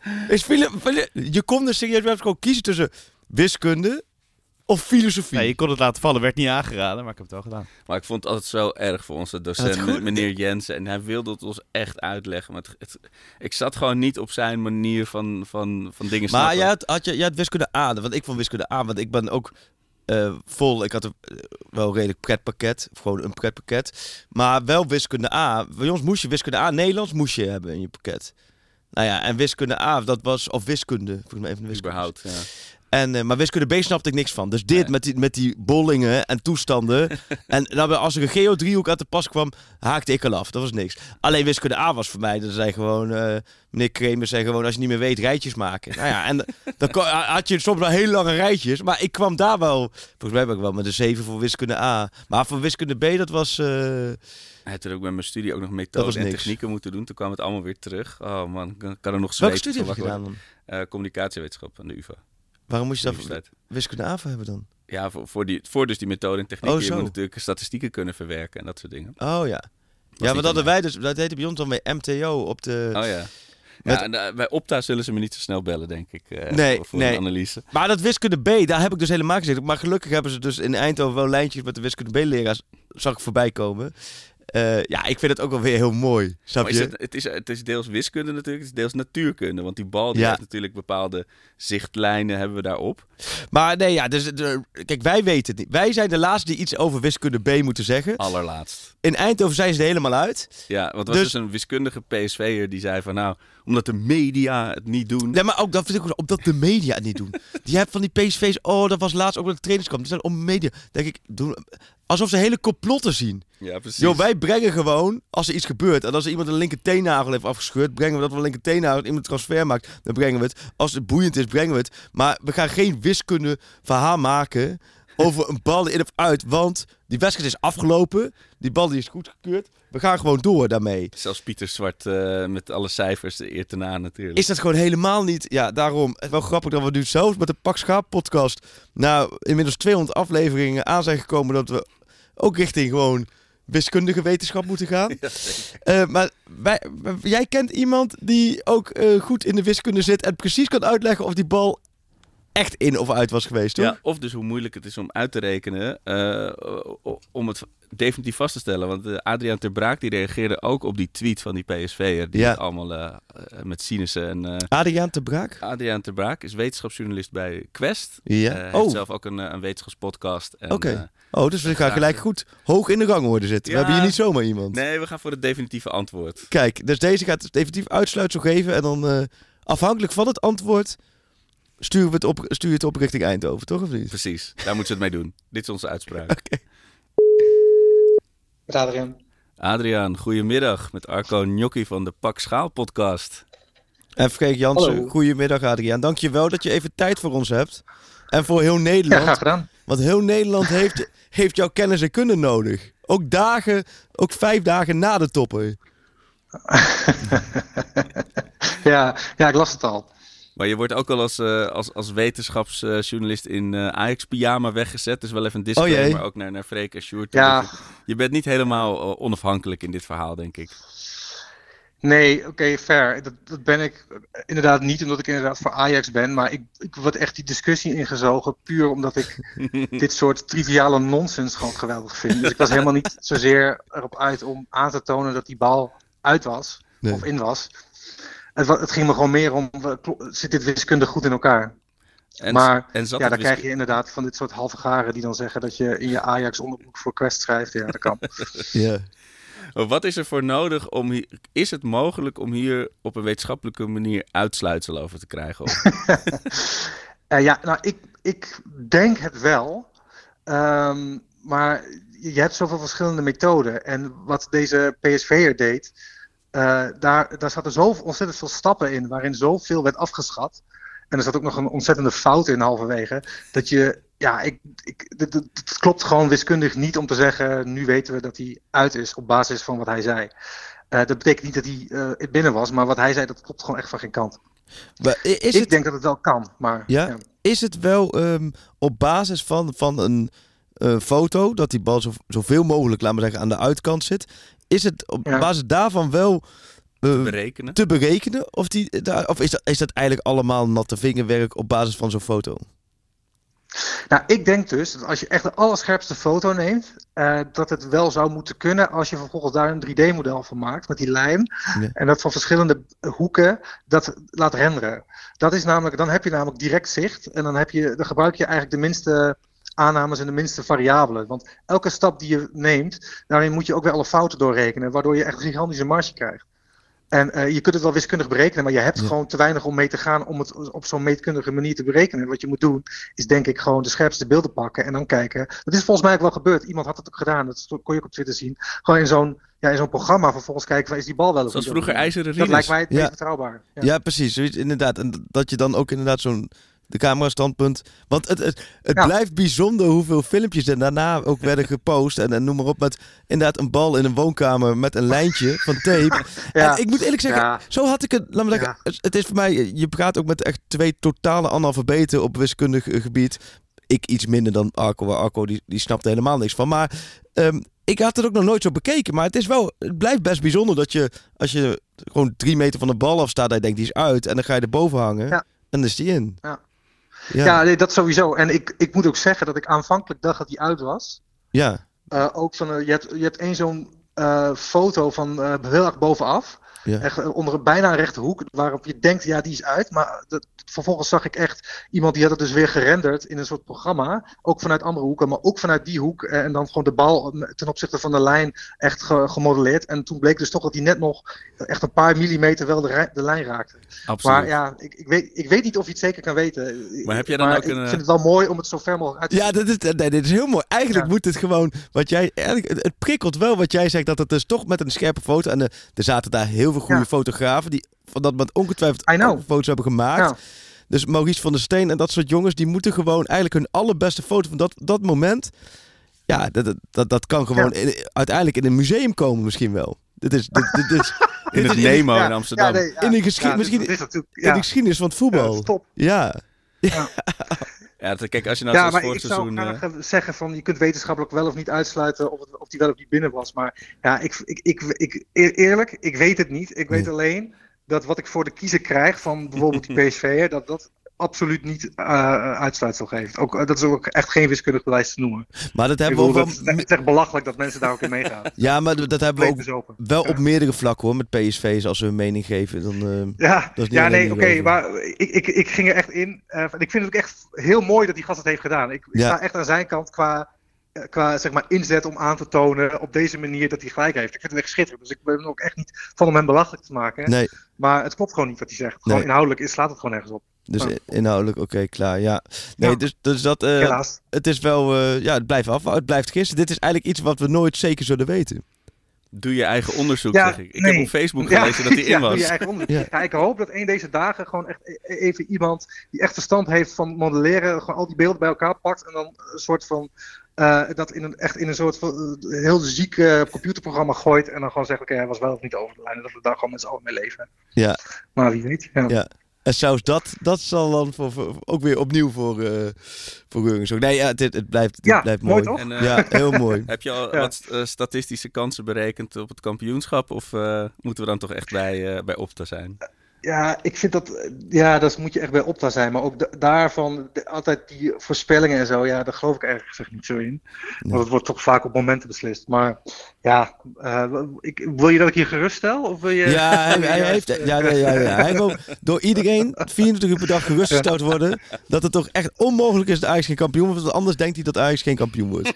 Je kon dus serieus gewoon kiezen tussen wiskunde of filosofie. Nee, je kon het laten vallen. Werd niet aangeraden, maar ik heb het wel gedaan. Maar ik vond het altijd zo erg voor onze docent, meneer Jensen. En hij wilde het ons echt uitleggen. Maar ik zat gewoon niet op zijn manier van dingen snappen. Maar jij had wiskunde A. Want ik vond wiskunde A. Want ik ben ook vol. Ik had wel een redelijk pretpakket. Of gewoon een pretpakket. Maar wel wiskunde A. Bij ons moest je wiskunde A. Nederlands moest je hebben in je pakket. Nou ja, en wiskunde A, dat was... Of wiskunde. Volgens mij even wiskunde. Überhaupt, ja. Maar wiskunde B snapte ik niks van. Dus dit met die bollingen en toestanden. En dan, als er een geodriehoek aan te pas kwam, haakte ik al af. Dat was niks. Alleen wiskunde A was voor mij. Dat zei gewoon, meneer Kremers zei gewoon, als je niet meer weet, rijtjes maken. Nou ja, en dan had je soms wel hele lange rijtjes. Maar ik kwam daar wel, volgens mij ben ik wel met een 7 voor wiskunde A. Maar voor wiskunde B, dat was... Hij had er ook met mijn studie ook nog methoden en technieken moeten doen. Toen kwam het allemaal weer terug. Oh man, ik kan er nog zweten. Welke studie heb je gedaan dan? Communicatiewetenschap aan de UvA. Waarom moest je daar wiskunde A voor hebben dan? Ja, voor dus die methode en technieken. Je moet natuurlijk statistieken kunnen verwerken en dat soort dingen. Oh ja. Ja, maar dat hadden wij dus, dat heette bij ons dan weer MTO op de... Oh ja. Ja, en bij Opta zullen ze me niet zo snel bellen, denk ik, voor een analyse. Maar dat wiskunde B, daar heb ik dus helemaal gezegd. Maar gelukkig hebben ze dus in Eindhoven wel lijntjes met de wiskunde B-leraars, zag ik voorbij komen. Ik vind het ook wel weer heel mooi, snap je? Het is deels wiskunde natuurlijk, het is deels natuurkunde. Want die bal die heeft natuurlijk bepaalde zichtlijnen hebben we daarop. Maar nee, kijk, wij weten het niet. Wij zijn de laatste die iets over wiskunde B moeten zeggen. Allerlaatst. In Eindhoven zijn ze er helemaal uit. Ja, want er was dus een wiskundige PSV'er die zei van nou, omdat de media het niet doen. Nee, maar ook dat vind ik ook, omdat de media het niet doen. Die hebben van die PSV's, dat was laatst ook met de trainingskamp. Die zijn om media, denk ik, doen alsof ze hele complotten zien. Ja, precies. Yo, wij brengen gewoon, als er iets gebeurt, en als er iemand een linker teennagel heeft afgescheurd, brengen we dat we een linker teennagel, iemand een transfer maakt, dan brengen we het. Als het boeiend is, brengen we het. Maar we gaan geen wiskunde verhaal maken over een bal in of uit, want die wedstrijd is afgelopen, die bal die is goedgekeurd. We gaan gewoon door daarmee. Zelfs Pieter Zwart met alle cijfers de eer te na natuurlijk. Is dat gewoon helemaal niet... Ja, daarom. Het is wel grappig dat we nu zelfs met de Pak Schaap podcast inmiddels 200 afleveringen aan zijn gekomen dat we ook richting gewoon wiskundige wetenschap moeten gaan. Ja, maar jij kent iemand die ook goed in de wiskunde zit en precies kan uitleggen of die bal echt in of uit was geweest, toch? Ja, of dus hoe moeilijk het is om uit te rekenen om het definitief vast te stellen. Want Adriaan Ter Braak die reageerde ook op die tweet van die PSV'er. Die het allemaal met sinussen en... Adriaan Ter Braak? Adriaan Ter Braak is wetenschapsjournalist bij Quest. Ja. Heeft zelf ook een wetenschapspodcast. Oké. Dus we gaan gelijk goed hoog in de rangorde zitten. We hebben hier niet zomaar iemand. Nee, we gaan voor het definitieve antwoord. Kijk, dus deze gaat het definitief uitsluitsel geven. En dan afhankelijk van het antwoord stuur je het op richting Eindhoven, toch of niet? Precies, daar moeten ze het mee doen. Dit is onze uitspraak. Oké. Met Adriaan. Adriaan, goedemiddag. Met Arco Gnocchi van de Pak Schaal podcast. En Freek Jansen, goedemiddag Adriaan. Dankjewel dat je even tijd voor ons hebt. En voor heel Nederland. Ja, graag gedaan. Want heel Nederland heeft jouw kennis en kunde nodig. Ook 5 dagen na de toppen. ja, ik las het al. Maar je wordt ook al als wetenschapsjournalist in Ajax-pyjama weggezet. Dus wel even een disclaimer ook naar Freek en Sjoerd. Ja. Dus je bent niet helemaal onafhankelijk in dit verhaal, denk ik. Nee, oké, fair. Dat ben ik inderdaad niet, omdat ik inderdaad voor Ajax ben. Maar ik word echt die discussie ingezogen, puur omdat ik dit soort triviale nonsens gewoon geweldig vind. Dus ik was helemaal niet zozeer erop uit om aan te tonen dat die bal uit was, of in was. Het ging me gewoon meer om, zit dit wiskundig goed in elkaar? Maar daar krijg je inderdaad van dit soort halve garen die dan zeggen dat je in je Ajax onderbroek voor Quest schrijft. Ja, dat kan. Ja. Wat is er voor nodig is het mogelijk om hier op een wetenschappelijke manier uitsluitsel over te krijgen? Ik denk het wel. Maar je hebt zoveel verschillende methoden. En wat deze PSV'er deed, daar zaten zo ontzettend veel stappen in waarin zoveel werd afgeschat. En er zat ook nog een ontzettende fout in halverwege. Dat je, het klopt gewoon wiskundig niet om te zeggen, nu weten we dat hij uit is op basis van wat hij zei. Dat betekent niet dat hij binnen was, maar wat hij zei, dat klopt gewoon echt van geen kant. Ik denk dat het wel kan, maar... Ja? Is het wel op basis van een foto, dat die bal zoveel mogelijk, laten we zeggen, aan de uitkant zit, is het op basis daarvan wel... te berekenen? Of is dat eigenlijk allemaal natte vingerwerk op basis van zo'n foto? Nou, ik denk dus dat als je echt de allerscherpste foto neemt, dat het wel zou moeten kunnen als je vervolgens daar een 3D-model van maakt met die lijn. Ja. En dat van verschillende hoeken dat laat renderen. Dat is namelijk, dan heb je namelijk direct zicht en dan gebruik je eigenlijk de minste aannames en de minste variabelen. Want elke stap die je neemt, daarin moet je ook weer alle fouten doorrekenen, waardoor je echt een gigantische marge krijgt. En je kunt het wel wiskundig berekenen, maar je hebt gewoon te weinig om mee te gaan om het op zo'n meetkundige manier te berekenen. Wat je moet doen, is denk ik gewoon de scherpste beelden pakken en dan kijken. Dat is volgens mij ook wel gebeurd. Iemand had het ook gedaan, dat kon je ook op Twitter zien. Gewoon in zo'n programma vervolgens kijken, waar is die bal wel of zoals niet. vroeger IJzeren Rinus. Dat lijkt mij het meest betrouwbaar. Ja, precies. Zoiets, inderdaad. En dat je dan ook inderdaad de camera-standpunt. Want het blijft bijzonder hoeveel filmpjes er daarna ook werden gepost. En noem maar op, met inderdaad een bal in een woonkamer met een lijntje van tape. En ik moet eerlijk zeggen, zo had ik het. Laat me zeggen, het is voor mij, je praat ook met echt 2 totale analfabeten op wiskundig gebied. Ik iets minder dan Arco. Arco die snapte helemaal niks van. Maar ik had het ook nog nooit zo bekeken. Maar het blijft best bijzonder dat je, als je gewoon 3 meter van de bal afstaat, dat je denkt, die is uit. En dan ga je erboven hangen. En dan is die in. Ja, nee, dat sowieso. En ik moet ook zeggen dat ik aanvankelijk dacht dat hij uit was. Ja. Ook van, je hebt één zo'n foto van heel erg bovenaf. Ja. Echt onder bijna een rechte hoek, waarop je denkt, ja, die is uit. Maar vervolgens zag ik echt iemand die had het dus weer gerenderd in een soort programma. Ook vanuit andere hoeken, maar ook vanuit die hoek. En dan gewoon de bal ten opzichte van de lijn echt gemodelleerd. En toen bleek dus toch dat hij net nog echt een paar millimeter wel de lijn raakte. Absoluut. Maar ja, ik weet niet of je het zeker kan weten. Maar heb jij dan ook ik vind het wel mooi om het zo ver mogelijk uit te zien. Ja, dit is heel mooi. Eigenlijk moet het gewoon, het prikkelt wel wat jij zegt, dat het dus toch met een scherpe foto. En er zaten daar heel veel goede fotografen die van dat met ongetwijfeld foto's hebben gemaakt. Ja. Dus Maurice van der Steen en dat soort jongens, die moeten gewoon eigenlijk hun allerbeste foto van dat moment. Ja, dat kan gewoon uiteindelijk in een museum komen misschien wel. Dit is in het Nemo in Amsterdam. In de geschiedenis van het voetbal. Ja, top. Ja. Ja, kijk, als je nou zoals vorig seizoen... Ja, maar ik zou graag zeggen van, je kunt wetenschappelijk wel of niet uitsluiten of die wel of niet binnen was. Maar ja, eerlijk, ik weet het niet. Ik weet alleen dat wat ik voor de kiezer krijg van bijvoorbeeld die PSV'er, dat absoluut niet uitsluitsel geeft. Ook, dat is ook echt geen wiskundig bewijs te noemen. Maar dat hebben we het is echt belachelijk dat mensen daar ook in meegaan. Ja, maar dat hebben we ook wel op meerdere vlakken hoor, met PSV's als ze hun mening geven. Dan, maar ik ging er echt in. Ik vind het ook echt heel mooi dat die gast het heeft gedaan. Ik sta echt aan zijn kant qua zeg maar inzet om aan te tonen op deze manier dat hij gelijk heeft. Ik vind het echt schitterend. Dus ik ben ook echt niet van om hem belachelijk te maken. Nee. Maar het klopt gewoon niet wat hij zegt. Gewoon inhoudelijk slaat het gewoon nergens op. Dus inhoudelijk, oké, klaar, ja. Nee, dus dat... helaas. Het is wel... het blijft af, het blijft gisteren. Dit is eigenlijk iets wat we nooit zeker zullen weten. Doe je eigen onderzoek, zeg ik. Ik heb op Facebook gelezen dat hij in was. Doe je eigen onderzoek. Ja, ik hoop dat deze dagen gewoon echt even iemand die echt verstand heeft van modelleren, gewoon al die beelden bij elkaar pakt en dan een soort van... dat in een soort van heel ziek computerprogramma gooit en dan gewoon zegt, oké, hij was wel of niet over de lijn. En dat we daar gewoon met z'n allen mee leven. Ja. Maar wie weet. Ja. En zelfs dat zal dan ook weer opnieuw voor Reuring zorgen. Nee, het blijft mooi. Toch? En, ja, heel mooi. Heb je al wat statistische kansen berekend op het kampioenschap? Of moeten we dan toch echt bij Opta zijn? Ja, ik vind dat... Ja, dat moet je echt bij Opta zijn. Maar ook daarvan, altijd die voorspellingen en zo... Ja, daar geloof ik eigenlijk gezegd niet zo in. Nee. Want het wordt toch vaak op momenten beslist. Maar ja, wil je dat ik je geruststel? Of wil je... Ja, hij wil door iedereen 24 uur per dag gerustgesteld worden... dat het toch echt onmogelijk is dat Ajax geen kampioen wordt. Want anders denkt hij dat Ajax geen kampioen wordt.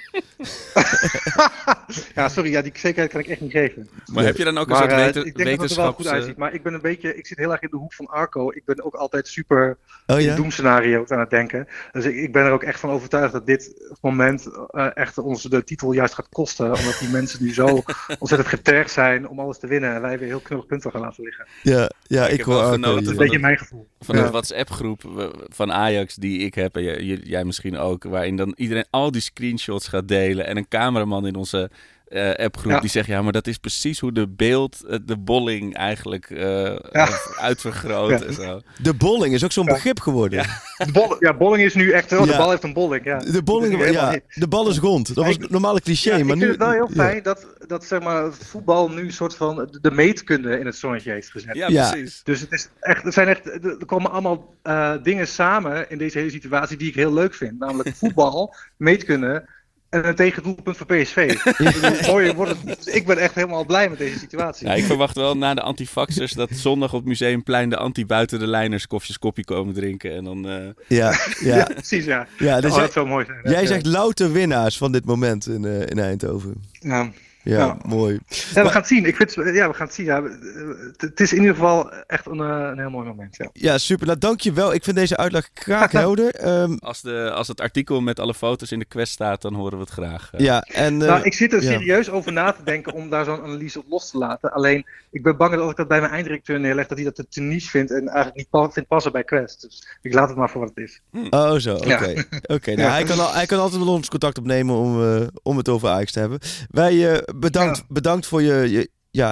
Ja, sorry, die zekerheid kan ik echt niet geven. Maar heb je dan ook een soort ik denk dat het er wel goed uitziet. Maar ik ben ik zit heel erg in de hoek van Arco. Ik ben ook altijd super in doemscenario's aan het denken. Dus ik ben er ook echt van overtuigd dat dit moment echt ons de titel juist gaat kosten. Omdat die mensen nu zo ontzettend getergd zijn om alles te winnen. En wij weer heel knullig punten gaan laten liggen. Ja, ik hoor Arco. Dat is een beetje mijn gevoel. Van de WhatsApp-groep van Ajax die ik heb en jij misschien ook. Waarin dan iedereen al die screenshots gaat delen. En een cameraman in onze appgroep die zegt, ja, maar dat is precies hoe de bolling eigenlijk uitvergroot en zo. De bolling is ook zo'n begrip geworden. Ja. Bolling is nu echt, de bal heeft een bolling. Ja. De bolling, de bal is rond. Dat was een normale cliché. Maar ik vind het wel heel fijn dat zeg maar, voetbal nu een soort van de meetkunde in het zonnetje heeft gezet. Ja, precies. Dus het is echt, er komen allemaal dingen samen in deze hele situatie die ik heel leuk vind. Namelijk voetbal, meetkunde en een tegendoelpunt voor PSV. Mooier wordt het. Dus ik ben echt helemaal blij met deze situatie. Ja, ik verwacht wel na de antifaxers dat zondag op Museumplein de anti-buiten de lijners koffie komen drinken. En dan, Ja, precies, ja. Dus dat zou mooi zijn. Jij zegt louter winnaars van dit moment in Eindhoven. Ja. Ja, mooi. Ja, we gaan het zien. We gaan het zien. Ja, het is in ieder geval echt een heel mooi moment. Ja, super. Nou, dankjewel. Ik vind deze uitleg graag helder. Als het artikel met alle foto's in de quest staat, dan horen we het graag. Ik zit er serieus over na te denken om daar zo'n analyse op los te laten. Alleen, ik ben bang dat als ik dat bij mijn einddirecteur neerleg, dat hij dat te niche vindt en eigenlijk niet vindt passen bij Quest. Dus ik laat het maar voor wat het is. Oh, zo. Oké. Nou, hij kan altijd met ons contact opnemen om het over Ajax te hebben. Wij bedankt voor je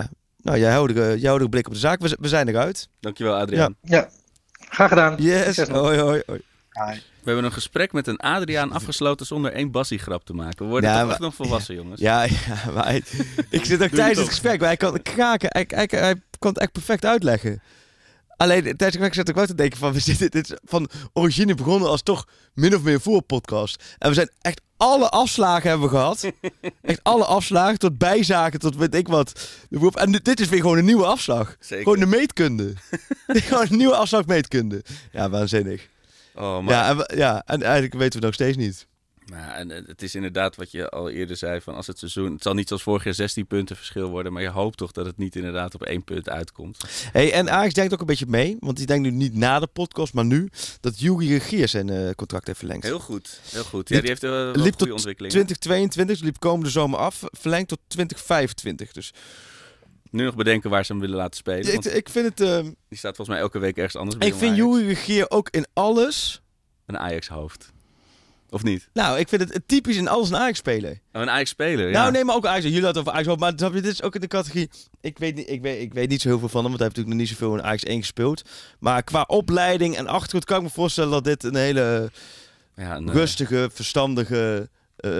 heldere blik op de zaak. We zijn eruit. Dankjewel, Adriaan. Ja, graag gedaan. Yes. Hoi. We hebben een gesprek met een Adriaan afgesloten zonder één Bassie-grap te maken. We worden toch echt nog volwassen, jongens. Ja, maar ik zit ook tijdens het gesprek. Maar hij kan het echt perfect uitleggen. Alleen tijdens het gesprek zat ik wel te denken van, dit is van origine begonnen als toch min of meer voetbalpodcast. En we zijn echt alle afslagen hebben we gehad. Echt alle afslagen, tot bijzaken, tot weet ik wat. En dit is weer gewoon een nieuwe afslag. Zeker. Gewoon de meetkunde. Gewoon een nieuwe afslag meetkunde. Ja, waanzinnig. Oh, maar... en eigenlijk weten we nog steeds niet. Nou, en het is inderdaad wat je al eerder zei, van als het seizoen... Het zal niet zoals vorig jaar 16 punten verschil worden, maar je hoopt toch dat het niet inderdaad op 1 punt uitkomt. Hey, en Ajax denkt ook een beetje mee, want die denkt nu niet na de podcast, maar nu, dat Youri Regier zijn contract heeft verlengd. Heel goed. Ja, die heeft een goede ontwikkeling. 2022, liep komende zomer af, verlengd tot 2025, dus... Nu nog bedenken waar ze hem willen laten spelen. Ja, ik vind het... Die staat volgens mij elke week ergens anders. Ik vind Youri Regier ook in alles... Een Ajax-hoofd. Of niet? Nou, ik vind het typisch in alles een Ajax-speler. Oh, een Ajax-speler, ja. Nou, nee, maar ook Ajax. Jullie hadden over Ajax, maar dit is ook in de categorie... Ik weet niet zo heel veel van hem, want hij heeft natuurlijk nog niet zoveel in Ajax 1 gespeeld. Maar qua opleiding en achtergrond kan ik me voorstellen dat dit een hele rustige, verstandige,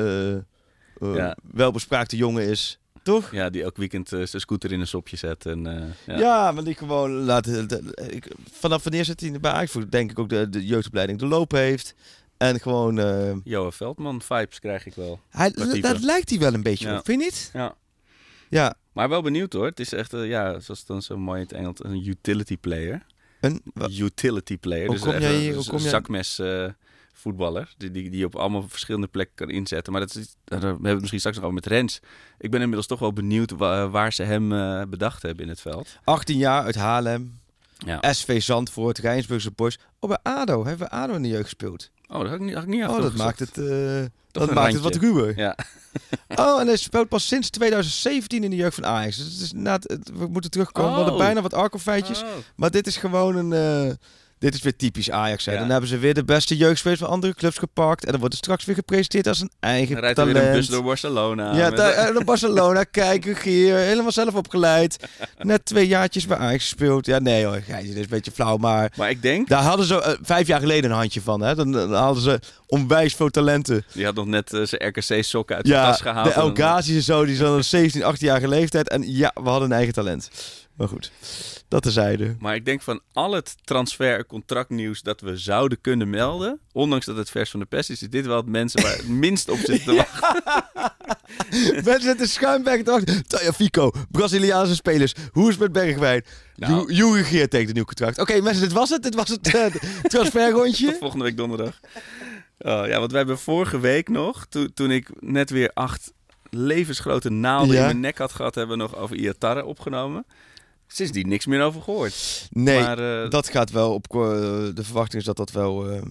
welbespraakte jongen is. Toch? Ja, die elk weekend zijn scooter in een sopje zet. Maar die gewoon vanaf wanneer zit hij bij Ajax? Denk ik ook de jeugdopleiding de loop heeft. En gewoon... Johan Veldman vibes krijg ik wel. Dat lijkt hij wel een beetje op, vind je niet? Ja. Maar wel benieuwd hoor. Het is echt, zoals dan zo mooi in het Engels, een utility player. Een utility player. Hoe dus kom jij hier? Een zakmes voetballer. Die je op allemaal verschillende plekken kan inzetten. Maar daar hebben we het misschien straks nog over met Rens. Ik ben inmiddels toch wel benieuwd waar ze hem bedacht hebben in het veld. 18 jaar uit Haarlem. Ja. SV Zandvoort, Rijnsburgse Boys. Bij ADO. Hebben we ADO in de jeugd gespeeld? Oh, dat had ik niet af. Dat maakt het wat ruwer. Ja. En hij speelt pas sinds 2017 in de jeugd van Ajax. Dus het is we moeten terugkomen. We hadden bijna wat Arco-feitjes. Maar dit is gewoon dit is weer typisch Ajax. Ja. Dan hebben ze weer de beste jeugdspelers van andere clubs gepakt. En dan wordt het straks weer gepresenteerd als een eigen talent. Dan rijdt weer een bus door Barcelona. Ja, door Barcelona. Kijk, Regier. Helemaal zelf opgeleid. Net 2 jaartjes bij Ajax gespeeld. Ja, nee hoor. Dit is een beetje flauw. Maar ik denk... Daar hadden ze 5 jaar geleden een handje van. Hè? Dan hadden ze onwijs veel talenten. Die had nog net zijn RKC-sokken uit de tas gehaald. De El Ghazi's en zo. Die zijn dan 17, 18-jarige leeftijd. En ja, we hadden een eigen talent. Maar goed, dat terzijde. Maar ik denk van al het transfer- en contractnieuws dat we zouden kunnen melden, ondanks dat het vers van de pers is dit wel het mensen waar het minst op zitten te wachten. Mensen zitten schuimberg te wachten. Tagliafico, Braziliaanse spelers. Hoe is het met Bergwijn? Youri Regier tekent een nieuw contract. Oké, mensen, dit was het. Dit was het transferrondje. Tot volgende week donderdag. Want wij hebben vorige week nog, toen ik net weer 8 levensgrote naalden in mijn nek had gehad, hebben we nog over Iatare opgenomen. Sindsdien niks meer over gehoord. Nee, maar, dat gaat wel op... de verwachting is dat wel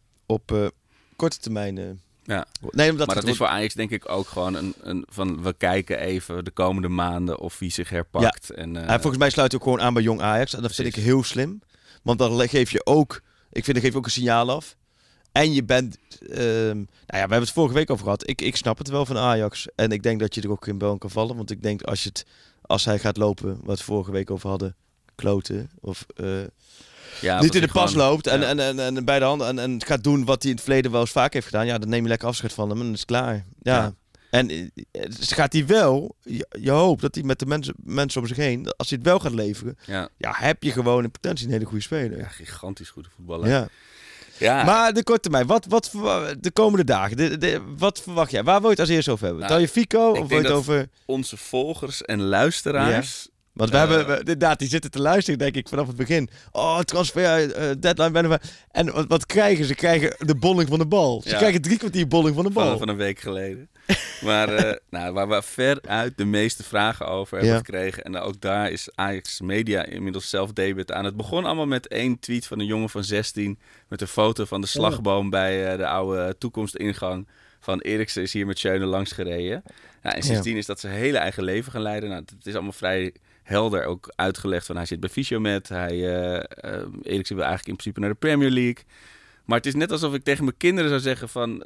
op korte termijn... Nee, maar dat is voor Ajax denk ik ook gewoon van we kijken even de komende maanden of wie zich herpakt. Ja. En, volgens mij sluit hij ook gewoon aan bij Jong Ajax. En dat vind ik heel slim. Want dan geef je ook... Ik vind, dan geef je ook een signaal af. En je bent... we hebben het vorige week over gehad. Ik snap het wel van Ajax. En ik denk dat je er ook in bel kan vallen. Want ik denk als hij gaat lopen, wat we vorige week over hadden, kloten. Of niet in de pas loopt en bij de handen en gaat doen wat hij in het verleden wel eens vaak heeft gedaan. Ja, dan neem je lekker afscheid van hem en dan is het klaar. Ja. En gaat hij wel, je hoopt dat hij met de mensen om zich heen, als hij het wel gaat leveren, heb je gewoon in potentie een hele goede speler. Ja, gigantisch goede voetballer. Ja. Ja. Maar de korte termijn, wat de komende dagen, wat verwacht jij? Waar wil je het als eerst over hebben? Tagliafico of wil je het over... Onze volgers en luisteraars Want we hebben inderdaad, die zitten te luisteren, denk ik, vanaf het begin. Oh, transfer, deadline. En wat krijgen ze? Ze krijgen de bolling van de bal. Ze krijgen 3 kwartier bolling van de bal. Van een week geleden. Maar waar we veruit de meeste vragen over hebben gekregen. En ook daar is Ajax Media inmiddels zelf debet aan. Het begon allemaal met 1 tweet van een jongen van 16... met een foto van de slagboom bij de oude toekomstingang... van Eriksen is hier met Schöne langs gereden. Ja, en sindsdien is dat zijn hele eigen leven gaan leiden. Nou, het is allemaal vrij helder ook uitgelegd van hij zit bij Fysiomet. Eriksen wil eigenlijk in principe naar de Premier League. Maar het is net alsof ik tegen mijn kinderen zou zeggen van...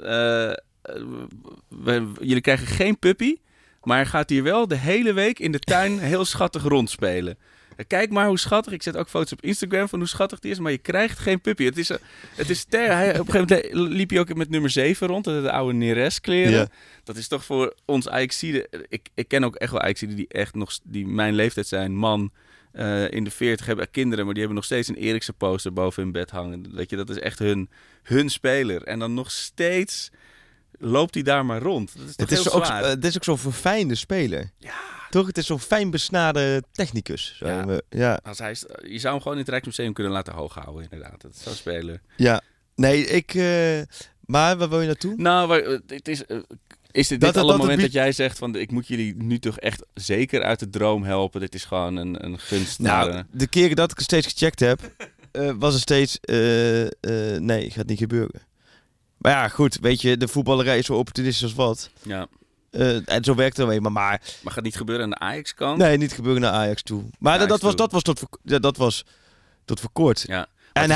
jullie krijgen geen puppy, maar hij gaat hier wel de hele week in de tuin heel schattig rondspelen. Kijk maar hoe schattig. Ik zet ook foto's op Instagram van hoe schattig die is. Maar je krijgt geen puppy. Het is op een gegeven moment liep hij ook met nummer 7 rond. De oude Neres kleren. Ja. Dat is toch voor ons Ajaxiden. Ik ken ook echt wel Ajaxiden die echt nog... die mijn leeftijd zijn. Man in de 40 hebben kinderen. Maar die hebben nog steeds een Eriksen poster boven hun bed hangen. Weet je, dat is echt hun speler. En dan nog steeds loopt hij daar maar rond. Dat is toch heel zwaar. Het is ook zo'n verfijnde speler. Ja. Toch? Het is zo'n fijn besnade technicus. Als je zou hem gewoon in het Rijksmuseum kunnen laten hoog houden, inderdaad. Dat is zo'n speler. Ja. Nee, maar waar wil je naartoe? Nou, het is... Is dit het moment dat jij zegt van... ik moet jullie nu toch echt zeker uit de droom helpen. Dit is gewoon een gunst. Nou, de keren dat ik het steeds gecheckt heb... was er steeds... nee, gaat niet gebeuren. Maar ja, goed. Weet je, de voetballerij is zo opportunistisch als wat. Ja. En zo werkt het ermee. Maar gaat niet gebeuren aan de Ajax-kant? Nee, niet gebeuren naar Ajax toe. Maar dat was tot voor kort. Ja.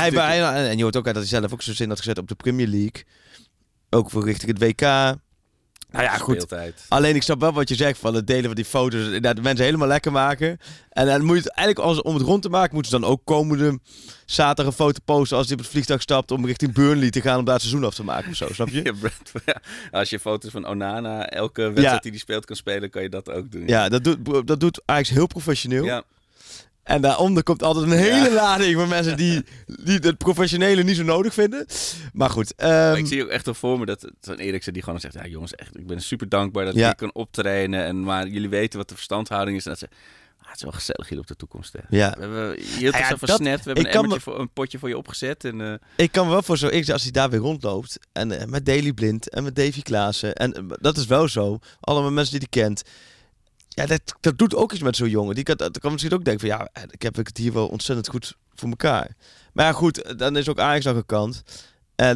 En je hoort ook uit dat hij zelf ook zo zin had gezet op de Premier League. Ook voor richting het WK. Nou ja, goed. Speeltijd. Alleen ik snap wel wat je zegt van het delen van die foto's. Dat de mensen helemaal lekker maken. En dan moet je het eigenlijk, om het rond te maken, moeten ze dan ook komende zaterdag een foto posten als hij op het vliegtuig stapt om richting Burnley te gaan om daar het seizoen af te maken of zo, snap je? Als je foto's van Onana elke wedstrijd die speelt kan spelen, kan je dat ook doen. Ja, dat doet Ajax heel professioneel. Ja. En daaronder komt altijd een hele lading van mensen die het professionele niet zo nodig vinden. Maar goed. Ik zie ook echt al voor me dat zo'n Eriksen die gewoon zegt... ja jongens, echt, ik ben super dankbaar dat ik kan optrainen. Maar jullie weten wat de verstandhouding is. En dat ze... het is wel gezellig hier op de toekomst. Hè. Ja. We hebben heel veel van Snet. We hebben een potje voor je opgezet. En, ik kan me wel voor zo... als hij daar weer rondloopt. En met Daley Blind en met Davy Klaassen. En dat is wel zo. Allemaal mensen die hij kent... Ja, dat doet ook iets met zo'n jongen. Die kan misschien ook denken van... ja, ik heb het hier wel ontzettend goed voor elkaar. Maar ja, goed, dan is ook Ajax aan de kant. En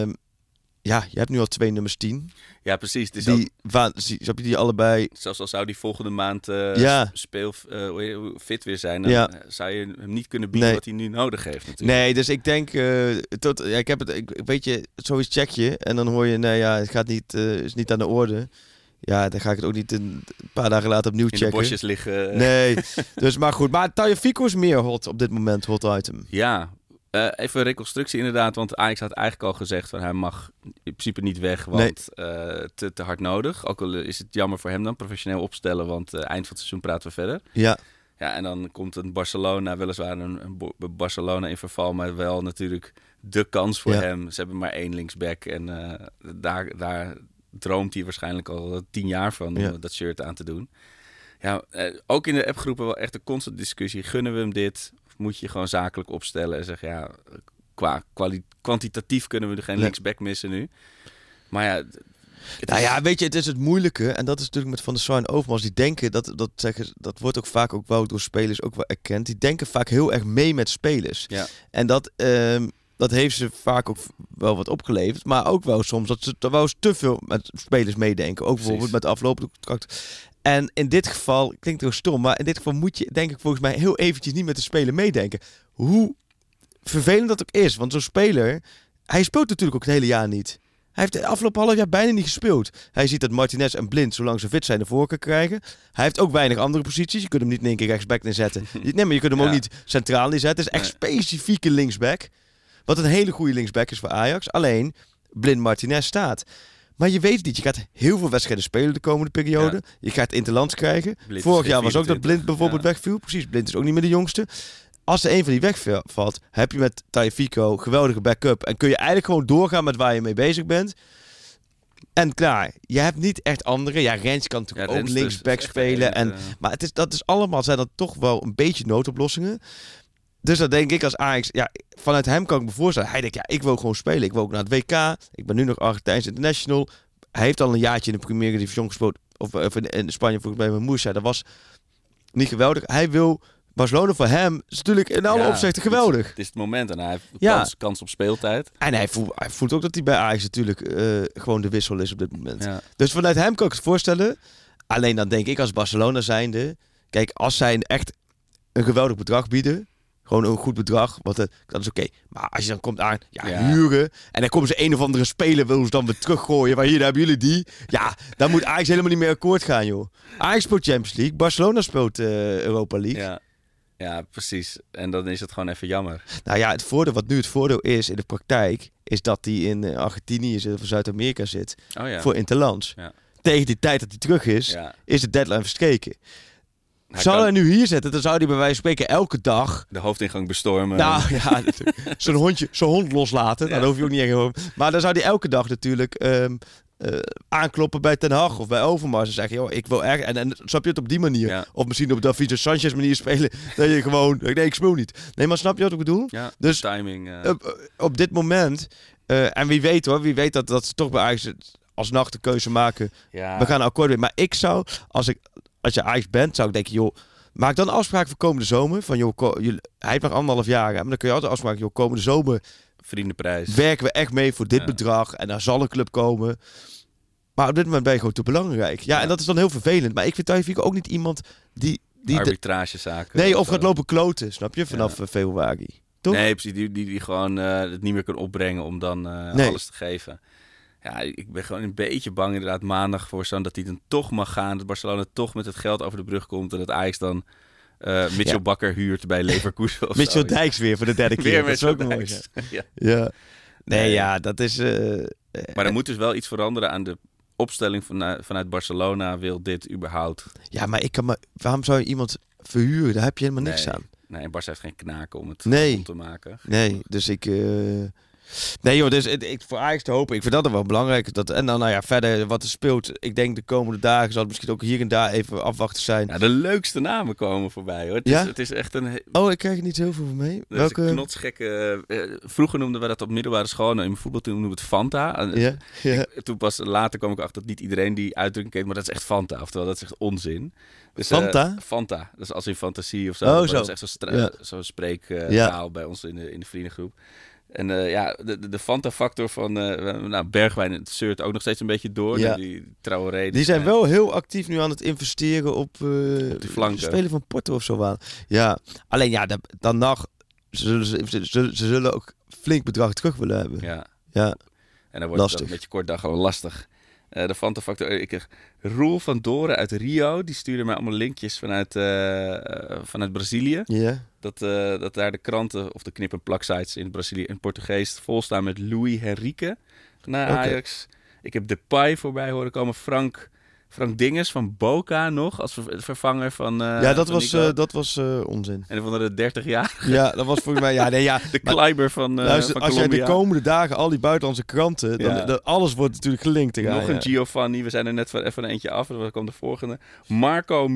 je hebt nu al 2 nummers 10. Ja, precies. Het is heb je die allebei... Zelfs al zou die volgende maand fit weer zijn... dan zou je hem niet kunnen bieden wat hij nu nodig heeft natuurlijk. Nee, dus ik denk... weet je, zoiets check je. En dan hoor je, het gaat niet, is niet aan de orde... Ja, dan ga ik het ook niet een paar dagen later opnieuw checken. In de bosjes liggen. Nee, dus maar goed. Maar Tagliafico is meer hot op dit moment, hot item. Ja, even een reconstructie inderdaad. Want Ajax had eigenlijk al gezegd van hij mag in principe niet weg. Want te hard nodig. Ook al is het jammer voor hem dan, professioneel opstellen. Want eind van het seizoen praten we verder. Ja. Ja, en dan komt een Barcelona, weliswaar een Barcelona in verval. Maar wel natuurlijk de kans voor hem. Ze hebben maar 1 linksback. En daar droomt hij waarschijnlijk al 10 jaar van om dat shirt aan te doen. Ja, ook in de appgroepen wel echt een constant discussie. Gunnen we hem dit? Of moet je gewoon zakelijk opstellen en zeggen... qua kwantitatief kunnen we er geen linksback missen nu. Maar ja... weet je, het is het moeilijke. En dat is natuurlijk met Van der Sar en Overmars. Die denken, dat wordt ook vaak ook wel door spelers ook wel erkend. Die denken vaak heel erg mee met spelers. Ja. En dat heeft ze vaak ook wel wat opgeleverd. Maar ook wel soms dat ze er wel eens te veel met spelers meedenken. Ook bijvoorbeeld met de aflopende contract. En in dit geval, klinkt heel stom, maar in dit geval moet je, denk ik volgens mij, heel eventjes niet met de speler meedenken. Hoe vervelend dat ook is. Want zo'n speler, hij speelt natuurlijk ook het hele jaar niet. Hij heeft de afgelopen half jaar bijna niet gespeeld. Hij ziet dat Martinez en Blind, zolang ze fit zijn, de voorkeur krijgen. Hij heeft ook weinig andere posities. Je kunt hem niet in één keer rechtsback neerzetten. Nee, maar je kunt hem ook niet centraal neerzetten. Het is echt specifieke linksback. Wat een hele goede linksback is voor Ajax. Alleen, Blind Martinez staat. Maar je weet niet. Je gaat heel veel wedstrijden spelen de komende periode. Ja. Je gaat interlands krijgen. Blind Vorig jaar was ook dat Blind bijvoorbeeld wegviel. Precies, Blind is ook niet meer de jongste. Als er een van die wegvalt, heb je met Tagliafico geweldige backup. En kun je eigenlijk gewoon doorgaan met waar je mee bezig bent. En klaar, je hebt niet echt andere. Ja, Rens kan natuurlijk ook linksback spelen. Maar dat is allemaal, zijn dat toch wel een beetje noodoplossingen. Dus dat denk ik als Ajax, vanuit hem kan ik me voorstellen. Hij denkt, ik wil gewoon spelen. Ik wil ook naar het WK. Ik ben nu nog Argentijns international. Hij heeft al een jaartje in de Primera Division gespeeld. Of in Spanje volgens mij met Murcia. Dat was niet geweldig. Hij wil... Barcelona voor hem is natuurlijk in alle opzichten geweldig. Het is het moment en hij heeft kans op speeltijd. En hij voelt ook dat hij bij Ajax natuurlijk gewoon de wissel is op dit moment. Ja. Dus vanuit hem kan ik het voorstellen. Alleen dan denk ik als Barcelona zijnde... Kijk, als zij echt een geweldig bedrag bieden... Gewoon een goed bedrag, dat is oké. Maar als je dan komt aan, huren... En dan komen ze een of andere speler, willen ze dan weer teruggooien. Maar hier, dan hebben jullie die. Ja, dan moet Ajax helemaal niet meer akkoord gaan, joh. Ajax speelt Champions League, Barcelona speelt Europa League. Ja, precies. En dan is het gewoon even jammer. Nou ja, wat nu het voordeel is in de praktijk... is dat hij in Argentinië zit of Zuid-Amerika zit. Voor Interlands. Ja. Tegen die tijd dat hij terug is, is de deadline verstreken. Zou hij nu hier zitten, dan zou hij bij wijze van spreken elke dag... De hoofdingang bestormen. Nou ja, zijn hond loslaten. Dan hoef je ook niet echt... Maar dan zou hij elke dag natuurlijk... aankloppen bij Ten Hag of bij Overmars en zeggen, joh, ik wil echt... En snap je het op die manier? Ja. Of misschien op Davinson Sanchez manier spelen, dat je gewoon... Nee, ik speel niet. Nee, maar snap je wat ik bedoel? Ja, dus timing. Op dit moment... en wie weet dat ze toch bij Ajax alsnog de keuze maken. Ja. We gaan een akkoord mee. Maar ik zou, als je Ajax bent, zou ik denken, joh, maak dan afspraken voor komende zomer. Van, joh, hij heeft nog 1,5 jaar. Maar dan kun je altijd afspraken, joh, komende zomer... Vriendenprijs. Werken we echt mee voor dit bedrag. En daar zal een club komen. Maar op dit moment ben je gewoon te belangrijk. Ja, en dat is dan heel vervelend. Maar ik vind Tagliafico ook niet iemand die arbitragezaken. Nee, of gaat lopen kloten, snap je? Vanaf februari. Toch? Nee, precies. Die gewoon het niet meer kan opbrengen om dan alles te geven. Ja, ik ben gewoon een beetje bang inderdaad maandag voor zo'n dat hij dan toch mag gaan. Dat Barcelona toch met het geld over de brug komt. En dat Ajax dan Mitchell Bakker huurt bij Leverkusen of Mitchell Dijks weer voor de derde keer. Weer dat is ook mooi. Ja. Nee, dat is... maar er moet dus wel iets veranderen aan de opstelling vanuit Barcelona. Wil dit überhaupt? Ja, maar waarom zou je iemand verhuren? Daar heb je helemaal niks aan. Nee, en Barça heeft geen knaken om het om te maken. Nee, dus ik... Nee joh, dus voor Ajax te hopen, ik vind dat wel belangrijk. En dan verder wat er speelt. Ik denk de komende dagen zal het misschien ook hier en daar even afwachten zijn. Ja, de leukste namen komen voorbij hoor. Het is echt een... Oh, ik krijg er niet zoveel van mee. Welke? Een knotsgekke... vroeger noemden we dat op middelbare school. In mijn voetbal toen noemden we het Fanta. Toen pas later kwam ik achter dat niet iedereen die uitdrukking kent. Maar dat is echt Fanta. Oftewel, dat is echt onzin. Dus, Fanta? Fanta. Dat is als in fantasie of zo. Oh, zo. Dat is echt zo'n spreektaal bij ons in de vriendengroep. En de Fanta-factor van Bergwijn, het zeurt ook nog steeds een beetje door. Ja. Die Traoré. Die zijn wel heel actief nu aan het investeren op de flanken. Spelen van Porto of zo aan. Ja, alleen dan nog ze zullen ook flink bedrag terug willen hebben. Ja. En dan wordt het een beetje kort dag gewoon lastig. De Fanta-factor. Roel van Doren uit Rio, die stuurde mij allemaal linkjes vanuit Brazilië. Ja. Dat daar de kranten of de knip- en plaksites in Brazilië en Portugees vol staan met Luis Henrique naar Ajax. Ik heb Depay voorbij horen komen. Frank Dinges van Boca nog als vervanger van dat was onzin. En van de 30 jaar. Ja, dat was volgens mij... de Kleiber van als Colombia. jij de komende dagen al die buitenlandse kranten... Dan alles wordt natuurlijk gelinkt. Nog een Giovanni. We zijn er net even een eentje af. Dat kwam de volgende. Marko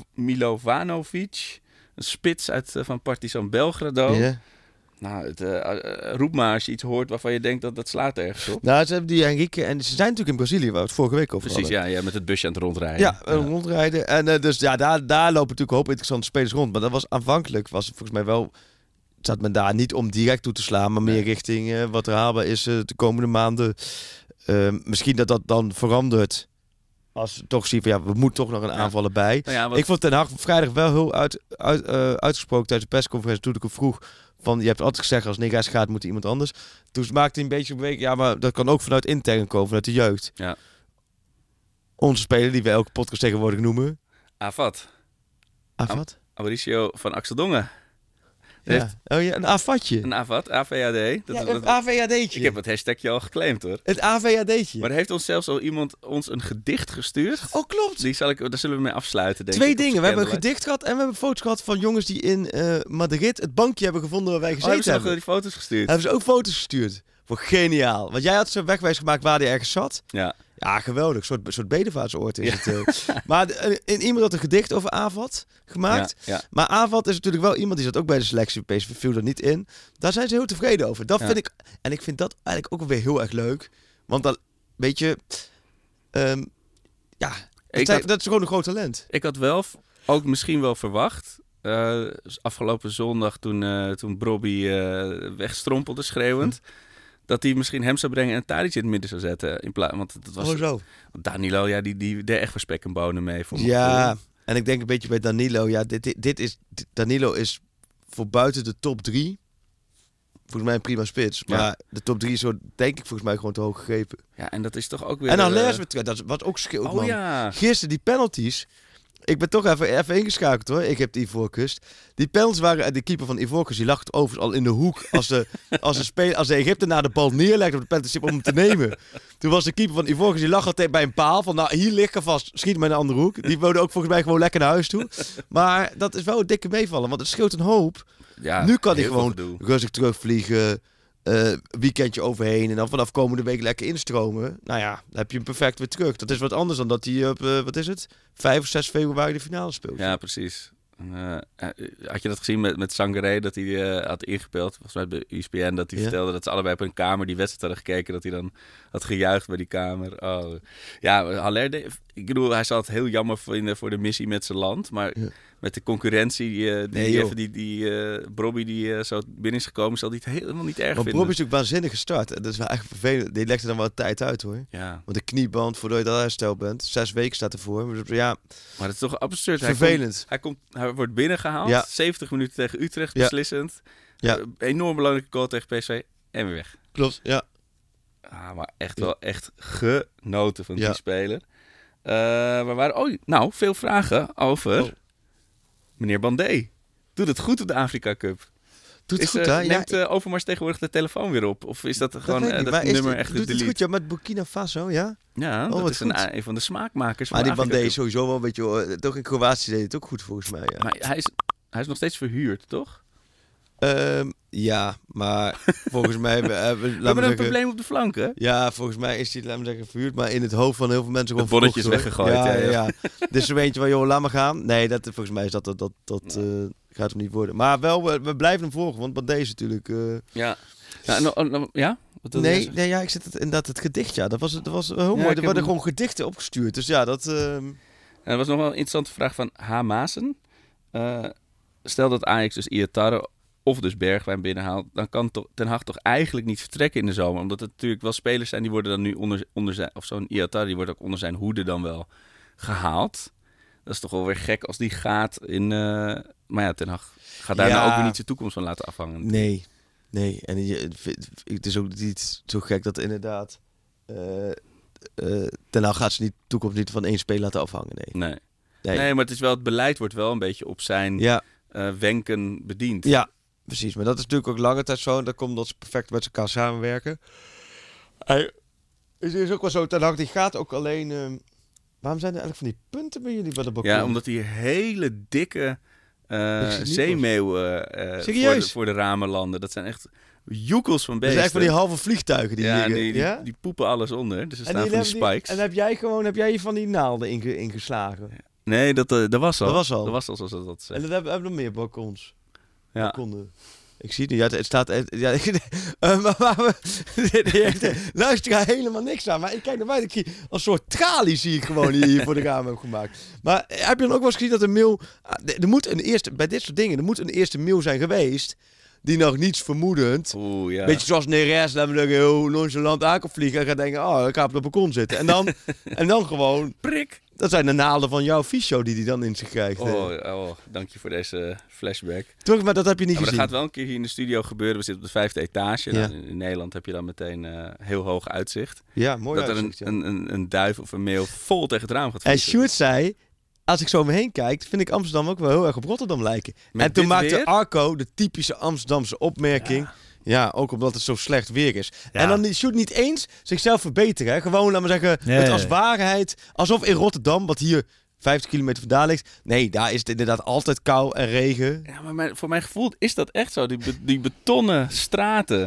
Milovanovic. Een spits van Partizan Belgrado. Ja. Nou, roep maar als je iets hoort waarvan je denkt dat slaat ergens op. Nou, ze hebben die Henrique en ze zijn natuurlijk in Brazilië, waar we het vorige week over hadden. Precies, ja, met het busje aan het rondrijden. Ja, rondrijden. En dus daar lopen natuurlijk een hoop interessante spelers rond. Maar dat was aanvankelijk, volgens mij wel, zat men daar niet om direct toe te slaan, maar meer richting wat er haalbaar is de komende maanden. Misschien dat dan verandert. Als we toch zien van we moeten toch nog een aanvallen bij. Nou ik vond Ten Hag vrijdag wel heel uitgesproken tijdens de persconferentie toen ik hem vroeg. Van, je hebt altijd gezegd, als Negas gaat, moet iemand anders. Toen maakte hij een beetje een beweging. Ja, maar dat kan ook vanuit intern komen, vanuit de jeugd. Ja. Onze speler, die we elke podcast tegenwoordig noemen. Avat. Mauricio van Axel Dongen. Een avatje. Een avat, AVAD. Een AVAD'tje. Ik heb het hashtagje al geclaimd hoor. Het AVAD'tje. Maar er heeft ons zelfs al iemand een gedicht gestuurd. Oh, klopt. Daar zullen we mee afsluiten, denk Twee dingen. We hebben een gedicht gehad en we hebben foto's gehad van jongens die in Madrid het bankje hebben gevonden waar wij gezeten hebben. Hebben ze die foto's gestuurd? Hebben ze ook foto's gestuurd. Voor geniaal. Want jij had ze wegwijs gemaakt waar hij ergens zat. Ja. Ja, geweldig. Een soort bedevaartsoord is het. Maar in iemand had een gedicht over Avat gemaakt. Ja. Maar Avat is natuurlijk wel iemand die zat ook bij de selectie. PSV viel er niet in. Daar zijn ze heel tevreden over. Dat vind ik... En ik vind dat eigenlijk ook weer heel erg leuk. Want dan, weet je... dat is gewoon een groot talent. Ik had wel ook misschien wel verwacht... afgelopen zondag toen Brobby wegstrompelde schreeuwend... dat hij misschien hem zou brengen en Tadic in het midden zou zetten. Want dat was zo. Danilo, die deed echt voor spek en bonen mee. En ik denk een beetje bij Danilo. Ja, Danilo is voor buiten de top 3... volgens mij een prima spits. Maar de top 3 is zo, denk ik, volgens mij gewoon te hoog gegrepen. Ja, en dat is toch ook weer... En dan dat is wat ook scheelt, man. Ja. Gisteren die penalties... Ik ben toch even ingeschakeld, hoor. Ik heb de Ivoorkust. Die penalties waren... De keeper van Ivoorkust, die lag overigens al in de hoek... als de Egyptenaar de bal neerlegde op de penaltystip om hem te nemen. Toen was de keeper van Ivoorkust, die lag altijd bij een paal. Van, nou, hier ligt er vast. Schiet maar in een andere hoek. Die wilde ook volgens mij gewoon lekker naar huis toe. Maar dat is wel een dikke meevallen. Want het scheelt een hoop. Ja, nu kan hij gewoon rustig terugvliegen... weekendje overheen en dan vanaf komende week lekker instromen. Nou ja, dan heb je hem perfect weer terug. Dat is wat anders dan dat hij op, 5 of 6 februari de finale speelt. Ja, precies. Had je dat gezien met Sangaré, dat hij had ingepeeld, volgens mij bij ESPN, dat hij vertelde dat ze allebei op een kamer die wedstrijd hadden gekeken, dat hij dan had gejuicht bij die kamer. Oh. Ja, Haller, ik bedoel, hij zal het heel jammer vinden voor de missie met zijn land, maar met de concurrentie, Brobby die zo binnen is gekomen, zal hij het helemaal niet erg vinden. Brobby is ook waanzinnig gestart. En dat is wel echt vervelend. Die legt er dan wel tijd uit, hoor. Ja. Want de knieband, voordat je dat hersteld bent, 6 weken staat ervoor. Dus, ja. Maar dat is toch absurd. Vervelend. Hij wordt binnengehaald, 70 minuten tegen Utrecht beslissend. Ja. Enorm belangrijke goal tegen PSV en weer weg. Klopt, ja. Maar echt wel echt genoten van die speler. We waren veel vragen over meneer Bandé. Doet het goed op de Afrika Cup? Doet het goed, hè? Neemt Overmars tegenwoordig de telefoon weer op? Of is dat gewoon dat nummer echt doet het goed, ja, met Burkina Faso, ja? Ja, dat is een van de smaakmakers maar van die Bandé is sowieso wel een beetje... Toch in Kroatië deed het ook goed, volgens mij. Ja. Maar hij is nog steeds verhuurd, toch? Ja, maar volgens mij... we hebben een probleem op de flanken. Ja, volgens mij is hij, laten we zeggen, verhuurd. Maar in het hoofd van heel veel mensen gewoon... Het bonnetje is weggegooid. Ja. Dus zo eentje van, joh, laat maar gaan. Nee, volgens mij is dat gaat hem niet worden. Maar wel, we blijven hem volgen. Want Bandé is natuurlijk... Ja. Ja? Ik zit inderdaad het gedicht, ja. Dat was heel mooi. Er worden gewoon gedichten opgestuurd. Dus ja, dat... Er was nog wel een interessante vraag van H. Maassen. Stel dat Ajax dus Iatare of dus Bergwijn binnenhaalt, dan kan Ten Hag toch eigenlijk niet vertrekken in de zomer. Omdat het natuurlijk wel spelers zijn die worden dan nu onder zijn... Of zo'n Iatare, die wordt ook onder zijn hoede dan wel gehaald. Dat is toch wel weer gek als die gaat in... maar ja, Ten Hag gaat daar nou ook weer niet zijn toekomst van laten afhangen. Nee. En het is ook niet zo gek dat inderdaad... Ten Hag gaat zijn toekomst niet van één speler laten afhangen. Nee, maar het beleid wordt wel een beetje op zijn wenken bediend. Ja, precies. Maar dat is natuurlijk ook lange tijd zo. Dat komt omdat ze perfect met elkaar samenwerken. Het is ook wel zo, Ten Hag die gaat ook alleen... waarom zijn er eigenlijk van die punten bij jullie bij de balkon? Ja, omdat die hele dikke zeemeeuwen voor de ramen landen. Dat zijn echt joekels van beesten. Dat zijn echt van die halve vliegtuigen die liggen. Die poepen alles onder. Dus er staan van die spikes. En heb jij van die naalden ingeslagen? Nee, dat was al. Dat was al. Dat was al zoals dat zei. En dan hebben we nog meer balkons. Ja. Balkonnen. Ik zie het niet. Ja, het staat... Ja, luister helemaal niks aan. Maar ik kijk naar mij. Een soort tralie zie ik gewoon hier voor de ramen heb gemaakt. Maar heb je dan ook wel eens gezien dat een mail... bij dit soort dingen, er moet een eerste mail zijn geweest... die nog niets vermoedend... Beetje zoals Neres, laten we zeggen, heel nonchalant aan kan vliegen... en gaat denken, ik ga op het balkon zitten. En dan gewoon... Prik! Dat zijn de naalden van jouw fysio die dan in zich krijgt. Dank je voor deze flashback. Toch, maar dat heb je niet gezien. Maar dat gaat wel een keer hier in de studio gebeuren. We zitten op de 5e etage. Ja. Nou, in Nederland heb je dan meteen heel hoog uitzicht. Ja, mooi dat uitzicht. Dat er een duif of een meeuw vol tegen het raam gaat vliegen. En Sjoerd zei... Als ik zo om me heen kijk, vind ik Amsterdam ook wel heel erg op Rotterdam lijken. En toen maakte Arco de typische Amsterdamse opmerking... Ja, ook omdat het zo slecht weer is. Ja. En dan Sjoerd niet eens zichzelf verbeteren. Hè? Gewoon, laat maar zeggen, het als waarheid. Alsof in Rotterdam, wat hier 50 kilometer vandaan ligt... Nee, daar is het inderdaad altijd kou en regen. Ja, maar voor mijn gevoel is dat echt zo. Die betonnen straten...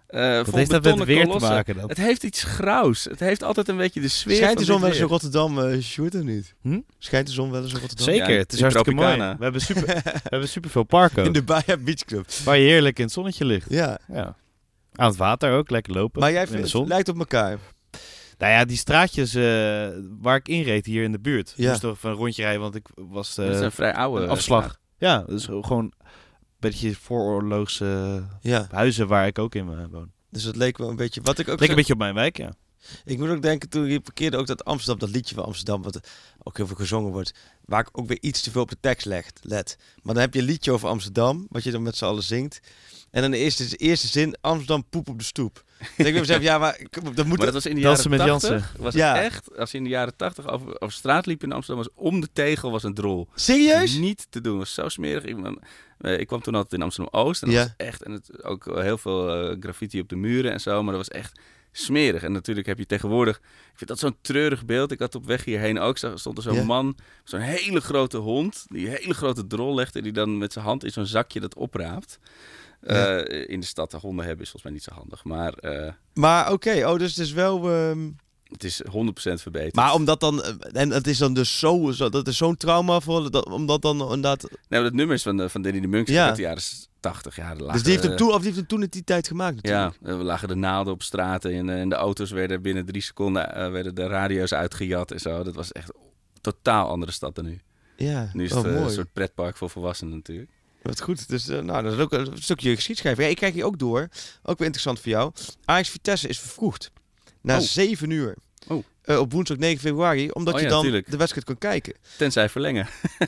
Wat heeft dat met weer te maken dan? Het heeft iets grauws. Het heeft altijd een beetje de sfeer. Schijnt de zon wel eens in Rotterdam, Sjoerd, of niet? Schijnt de zon wel eens in Rotterdam? Zeker, het is hartstikke mooi. We hebben super parken. In de Baia Beach Club. Waar je heerlijk in het zonnetje ligt. Ja. Aan het water ook, lekker lopen. Maar jij vindt het lijkt op elkaar. Nou ja, die straatjes waar ik inreed hier in de buurt. Ik moest toch een rondje rijden, want ik was... dat is een vrij oude afslag. Straat. Ja, dus gewoon een beetje vooroorloogse huizen waar ik ook in woon. Dus het leek wel een beetje... Wat ik ook leek een beetje op mijn wijk, ja. Ik moet ook denken, toen je parkeerde ook dat Amsterdam, dat liedje van Amsterdam, wat ook heel veel gezongen wordt, waar ik ook weer iets te veel op de tekst let. Maar dan heb je een liedje over Amsterdam, wat je dan met z'n allen zingt. En dan is de eerste zin, Amsterdam poep op de stoep. Dan denk ik mezelf, ja, maar dat moet... Maar dat was in de jaren 80. Was het echt, als je in de jaren 80 over straat liep in Amsterdam, was om de tegel was een drol. Serieus? Niet te doen, was zo smerig. Ik kwam toen altijd in Amsterdam-Oost en dat was echt, en het, ook heel veel graffiti op de muren en zo, maar dat was echt smerig. En natuurlijk heb je tegenwoordig, ik vind dat zo'n treurig beeld. Ik had op weg hierheen ook, stond er zo'n man, zo'n hele grote hond, die een hele grote drol legde, die dan met zijn hand in zo'n zakje dat opraapt. In de stad de honden hebben is volgens mij niet zo handig. Maar oké, dus het is wel... Het is 100% verbeterd. Maar omdat dan... En het is dan dus zo... Dat is zo'n trauma voor... Omdat dan inderdaad... Nee, dat nummer is van Danny de Munks uit de jaren 80. Ja, dus die heeft hem toen in die tijd gemaakt natuurlijk. Ja, we lagen de naalden op straten en de auto's werden binnen 3 seconden... werden de radio's uitgejat en zo. Dat was echt een totaal andere stad dan nu. Ja, nu is het een soort pretpark voor volwassenen natuurlijk. Wat goed. Dus dat is ook een stukje geschiedschrijving. Ja, ik krijg hier ook door. Ook weer interessant voor jou. Ajax Vitesse is vervroegd. Na 7 uur. Op woensdag 9 februari. Omdat je dan de wedstrijd kan kijken. Tenzij verlengen.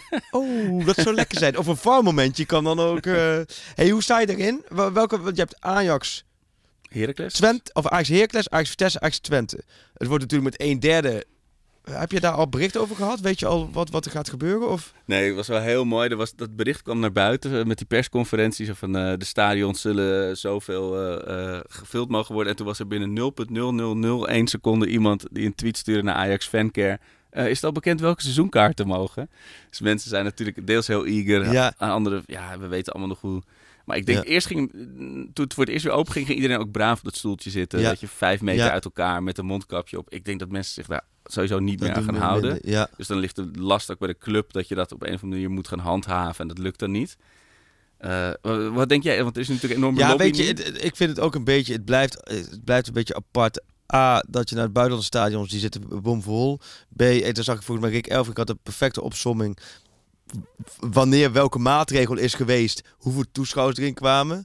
Dat zou lekker zijn. Of een VAR-momentje kan dan ook... Hey, hoe sta je erin? Want je hebt Ajax... Heracles? Twente, of Ajax Heracles, Ajax Vitesse, Ajax Twente. Het wordt natuurlijk met 1/3... Heb je daar al bericht over gehad? Weet je al wat er gaat gebeuren? Of? Nee, het was wel heel mooi. Dat bericht kwam naar buiten met die persconferenties. Van de stadions zullen zoveel gevuld mogen worden. En toen was er binnen 0,0001 seconde iemand die een tweet stuurde naar Ajax Fancare. Is het al bekend welke seizoenkaarten mogen? Dus mensen zijn natuurlijk deels heel eager. Ja. Aan anderen, we weten allemaal nog hoe... Maar ik denk, toen het voor het eerst weer open ging iedereen ook braaf op dat stoeltje zitten. Ja. Dat je 5 meter uit elkaar met een mondkapje op. Ik denk dat mensen zich daar sowieso niet meer aan gaan houden. Dus dan ligt de last ook bij de club dat je dat op een of andere manier moet gaan handhaven. En dat lukt dan niet. Wat denk jij? Want er is natuurlijk een enorme lobby. Ja, weet je, ik vind het ook een beetje... Het blijft een beetje apart. A, dat je naar het buitenlandse stadions, die zitten bomvol. B, daar zag ik volgens mij Rick Elfrink had een perfecte opsomming... Wanneer welke maatregel is geweest, hoeveel toeschouwers erin kwamen.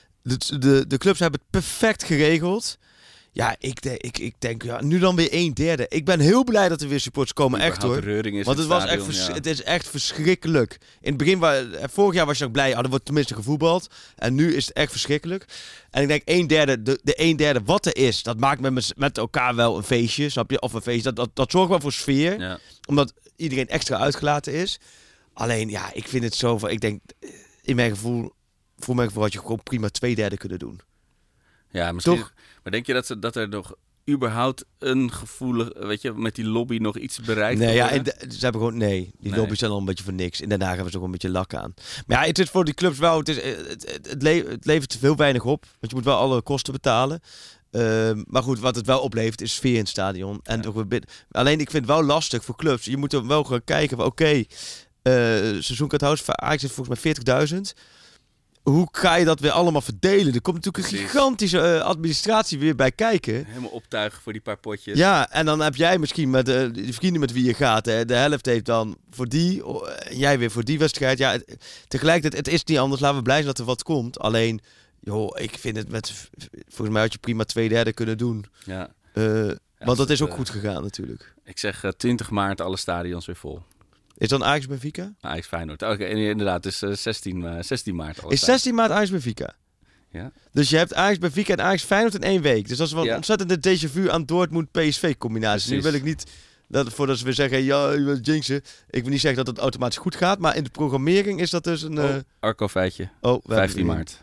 De clubs hebben het perfect geregeld. Ja, ik denk nu dan weer 1/3. Ik ben heel blij dat er weer supporters komen, echt hoor. Want het was echt het is echt verschrikkelijk. In het begin, vorig jaar was je nog blij, er wordt tenminste gevoetbald. En nu is het echt verschrikkelijk. En ik denk 1/3, de 1/3 wat er is, dat maakt met elkaar wel een feestje, snap je? Of een feestje, dat zorgt wel voor sfeer. Ja. Omdat iedereen extra uitgelaten is. Alleen, ik vind het zo van... Ik denk, voor mijn gevoel had je gewoon prima 2/3 kunnen doen. Ja, misschien... Toch? Maar denk je dat er nog überhaupt een gevoelig... Weet je, met die lobby nog iets bereikt Nee, ze hebben gewoon... Nee, die lobby's zijn al een beetje voor niks. En daarna hebben ze ook een beetje lak aan. Maar het is voor die clubs wel... Het levert veel weinig op. Want je moet wel alle kosten betalen. Maar goed, wat het wel oplevert is sfeer in het stadion. En alleen, ik vind het wel lastig voor clubs. Je moet er wel gaan kijken van... seizoenkaarthouders, Ajax heeft volgens mij 40.000. Hoe ga je dat weer allemaal verdelen? Er komt natuurlijk een gigantische administratie weer bij kijken. Helemaal optuigen voor die paar potjes. Ja, en dan heb jij misschien met de vrienden met wie je gaat... de helft heeft dan voor die, jij weer voor die wedstrijd. Ja, tegelijkertijd, het is niet anders. Laten we blij zijn dat er wat komt. Alleen, ik vind het volgens mij had je prima 2/3 kunnen doen. Ja. Want dat is ook goed gegaan natuurlijk. Ik zeg 20 maart alle stadions weer vol. Is dan Ajax Benfica? Ajax Feyenoord. Oké, inderdaad. Dus 16 maart. Is 16 maart Ajax Benfica? Ja. Dus je hebt Ajax Benfica en Ajax Feyenoord in 1 week. Dus dat is wel een ontzettende déjà vu aan Dortmund PSV combinatie. Nu wil ik niet voordat ze weer zeggen, je wilt jinxen. Ik wil niet zeggen dat het automatisch goed gaat, maar in de programmering is dat dus een... Arco feitje. 15 maart.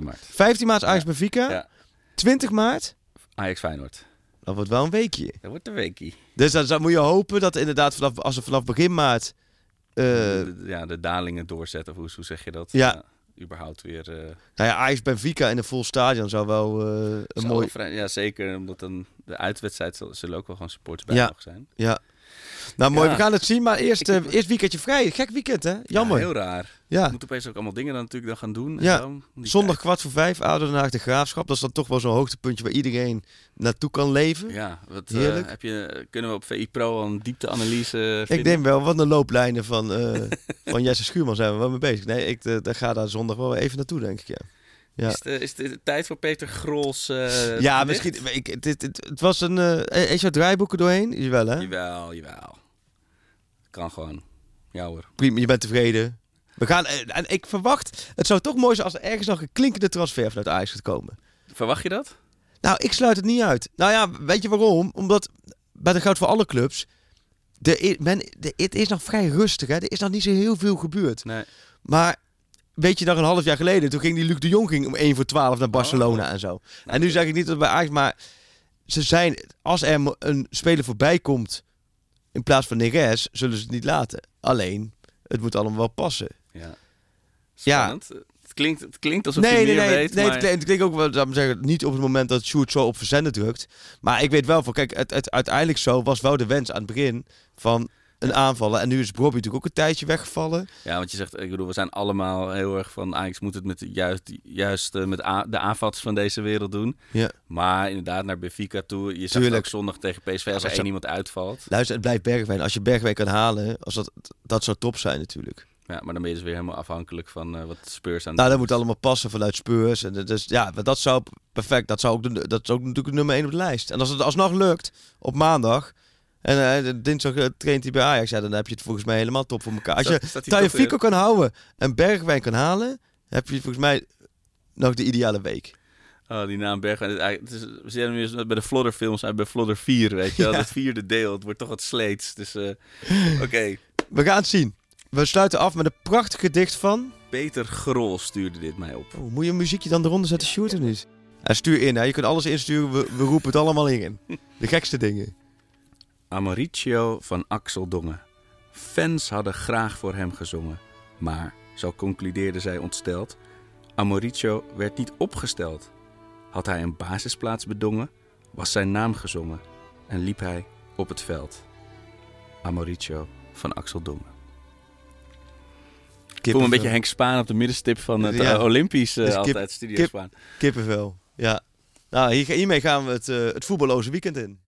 15 maart Ajax Benfica. Ja. 20 maart? Ajax Feyenoord. Dat wordt wel een weekje. Dat wordt een weekje. Dus dan moet je hopen dat inderdaad als we vanaf begin maart... de dalingen doorzetten, of hoe zeg je dat? Ja. überhaupt weer... Nou ja, Ajax Benfica in een vol stadion zou wel een mooi... Ja, zeker. Omdat dan de uitwedstrijd zullen ook wel gewoon supporters bij nog zijn. Ja. Nou, mooi. We gaan het zien. Maar eerst weekendje vrij. Gek weekend, hè? Jammer. Ja, heel raar. Ja. Je moet opeens ook allemaal dingen dan natuurlijk dan gaan doen. Ja. En zo. Zondag 4:15, ADO Den Haag de Graafschap. Dat is dan toch wel zo'n hoogtepuntje waar iedereen naartoe kan leven. Ja, heerlijk. Kunnen we op VI Pro een diepteanalyse vinden? Ik denk wel, wat een looplijnen van Jesse Schuurman zijn we wel mee bezig. Nee, ik ga daar zondag wel even naartoe, denk ik, ja. Ja. Is de tijd voor Peter Grols? Ja, misschien. Het was een. Is jouw draaiboeken doorheen? Jawel, hè? Jawel. Kan gewoon. Ja hoor. Prima, je bent tevreden. We gaan. En ik verwacht. Het zou toch mooi zijn als er ergens nog een klinkende transfer vanuit Ajax gaat komen. Verwacht je dat? Nou, ik sluit het niet uit. Nou ja, weet je waarom? Omdat. Bij de goud voor alle clubs. Het is nog vrij rustig, hè? Er is nog niet zo heel veel gebeurd. Nee. Maar. Weet je, nog een half jaar geleden, toen ging die Luc de Jong om 1-12 naar Barcelona en zo. Nou, en nu zeg ik niet dat bij Ajax, maar ze zijn, als er een speler voorbij komt in plaats van Neres, zullen ze het niet laten. Alleen, het moet allemaal wel passen. Ja. Spannend. Ja. Het klinkt alsof je meer weet. Nee, maar... het klinkt ook wel, zou ik zeggen, niet op het moment dat Sjoerd zo op verzenden drukt. Maar ik weet wel van, kijk, het uiteindelijk zo was wel de wens aan het begin van een aanvallen. En nu is Bobby natuurlijk ook een tijdje weggevallen. Ja, want je zegt, ik bedoel, we zijn allemaal heel erg van Ajax moet het met juist met de aanvatters van deze wereld doen. Ja. Maar inderdaad naar Benfica toe. Je zag ook zondag tegen PSV als er één iemand uitvalt. Luister, het blijft Bergwijn. Als je Bergwijn kan halen, dat zou top zijn natuurlijk. Ja, maar dan ben je dus weer helemaal afhankelijk van wat Spurs aan Nou, dat moet allemaal passen vanuit Spurs. En dus, ja, dat zou perfect. Dat zou ook natuurlijk nummer 1 op de lijst. En als het alsnog lukt op maandag. En dinsdag traint hij bij Ajax. Ja, dan heb je het volgens mij helemaal top voor elkaar. Als je Tagliafico kan houden en Bergwijn kan halen, heb je volgens mij nog de ideale week. Oh, die naam Bergwijn. We zijn nu bij de Flodder-films uit bij Flodder 4, weet je wel. Ja. Dat 4e deel. Het wordt toch wat sleets. Dus oké. We gaan het zien. We sluiten af met een prachtig gedicht van... Peter Grol stuurde dit mij op. Oh, moet je een muziekje dan eronder zetten, Sjoerd, of niet? Stuur in, hè. Je kunt alles insturen. We roepen het allemaal in. De gekste dingen. Amoricio van Axel Dongen. Fans hadden graag voor hem gezongen. Maar, zo concludeerde zij ontsteld, Amoricio werd niet opgesteld. Had hij een basisplaats bedongen, was zijn naam gezongen en liep hij op het veld. Amoricio van Axel Dongen. Ik voel me een beetje Henk Spaan op de middenstip van het Olympisch altijd Studio Spaan. Kippenvel, ja. Nou, hiermee gaan we het voetballoze weekend in.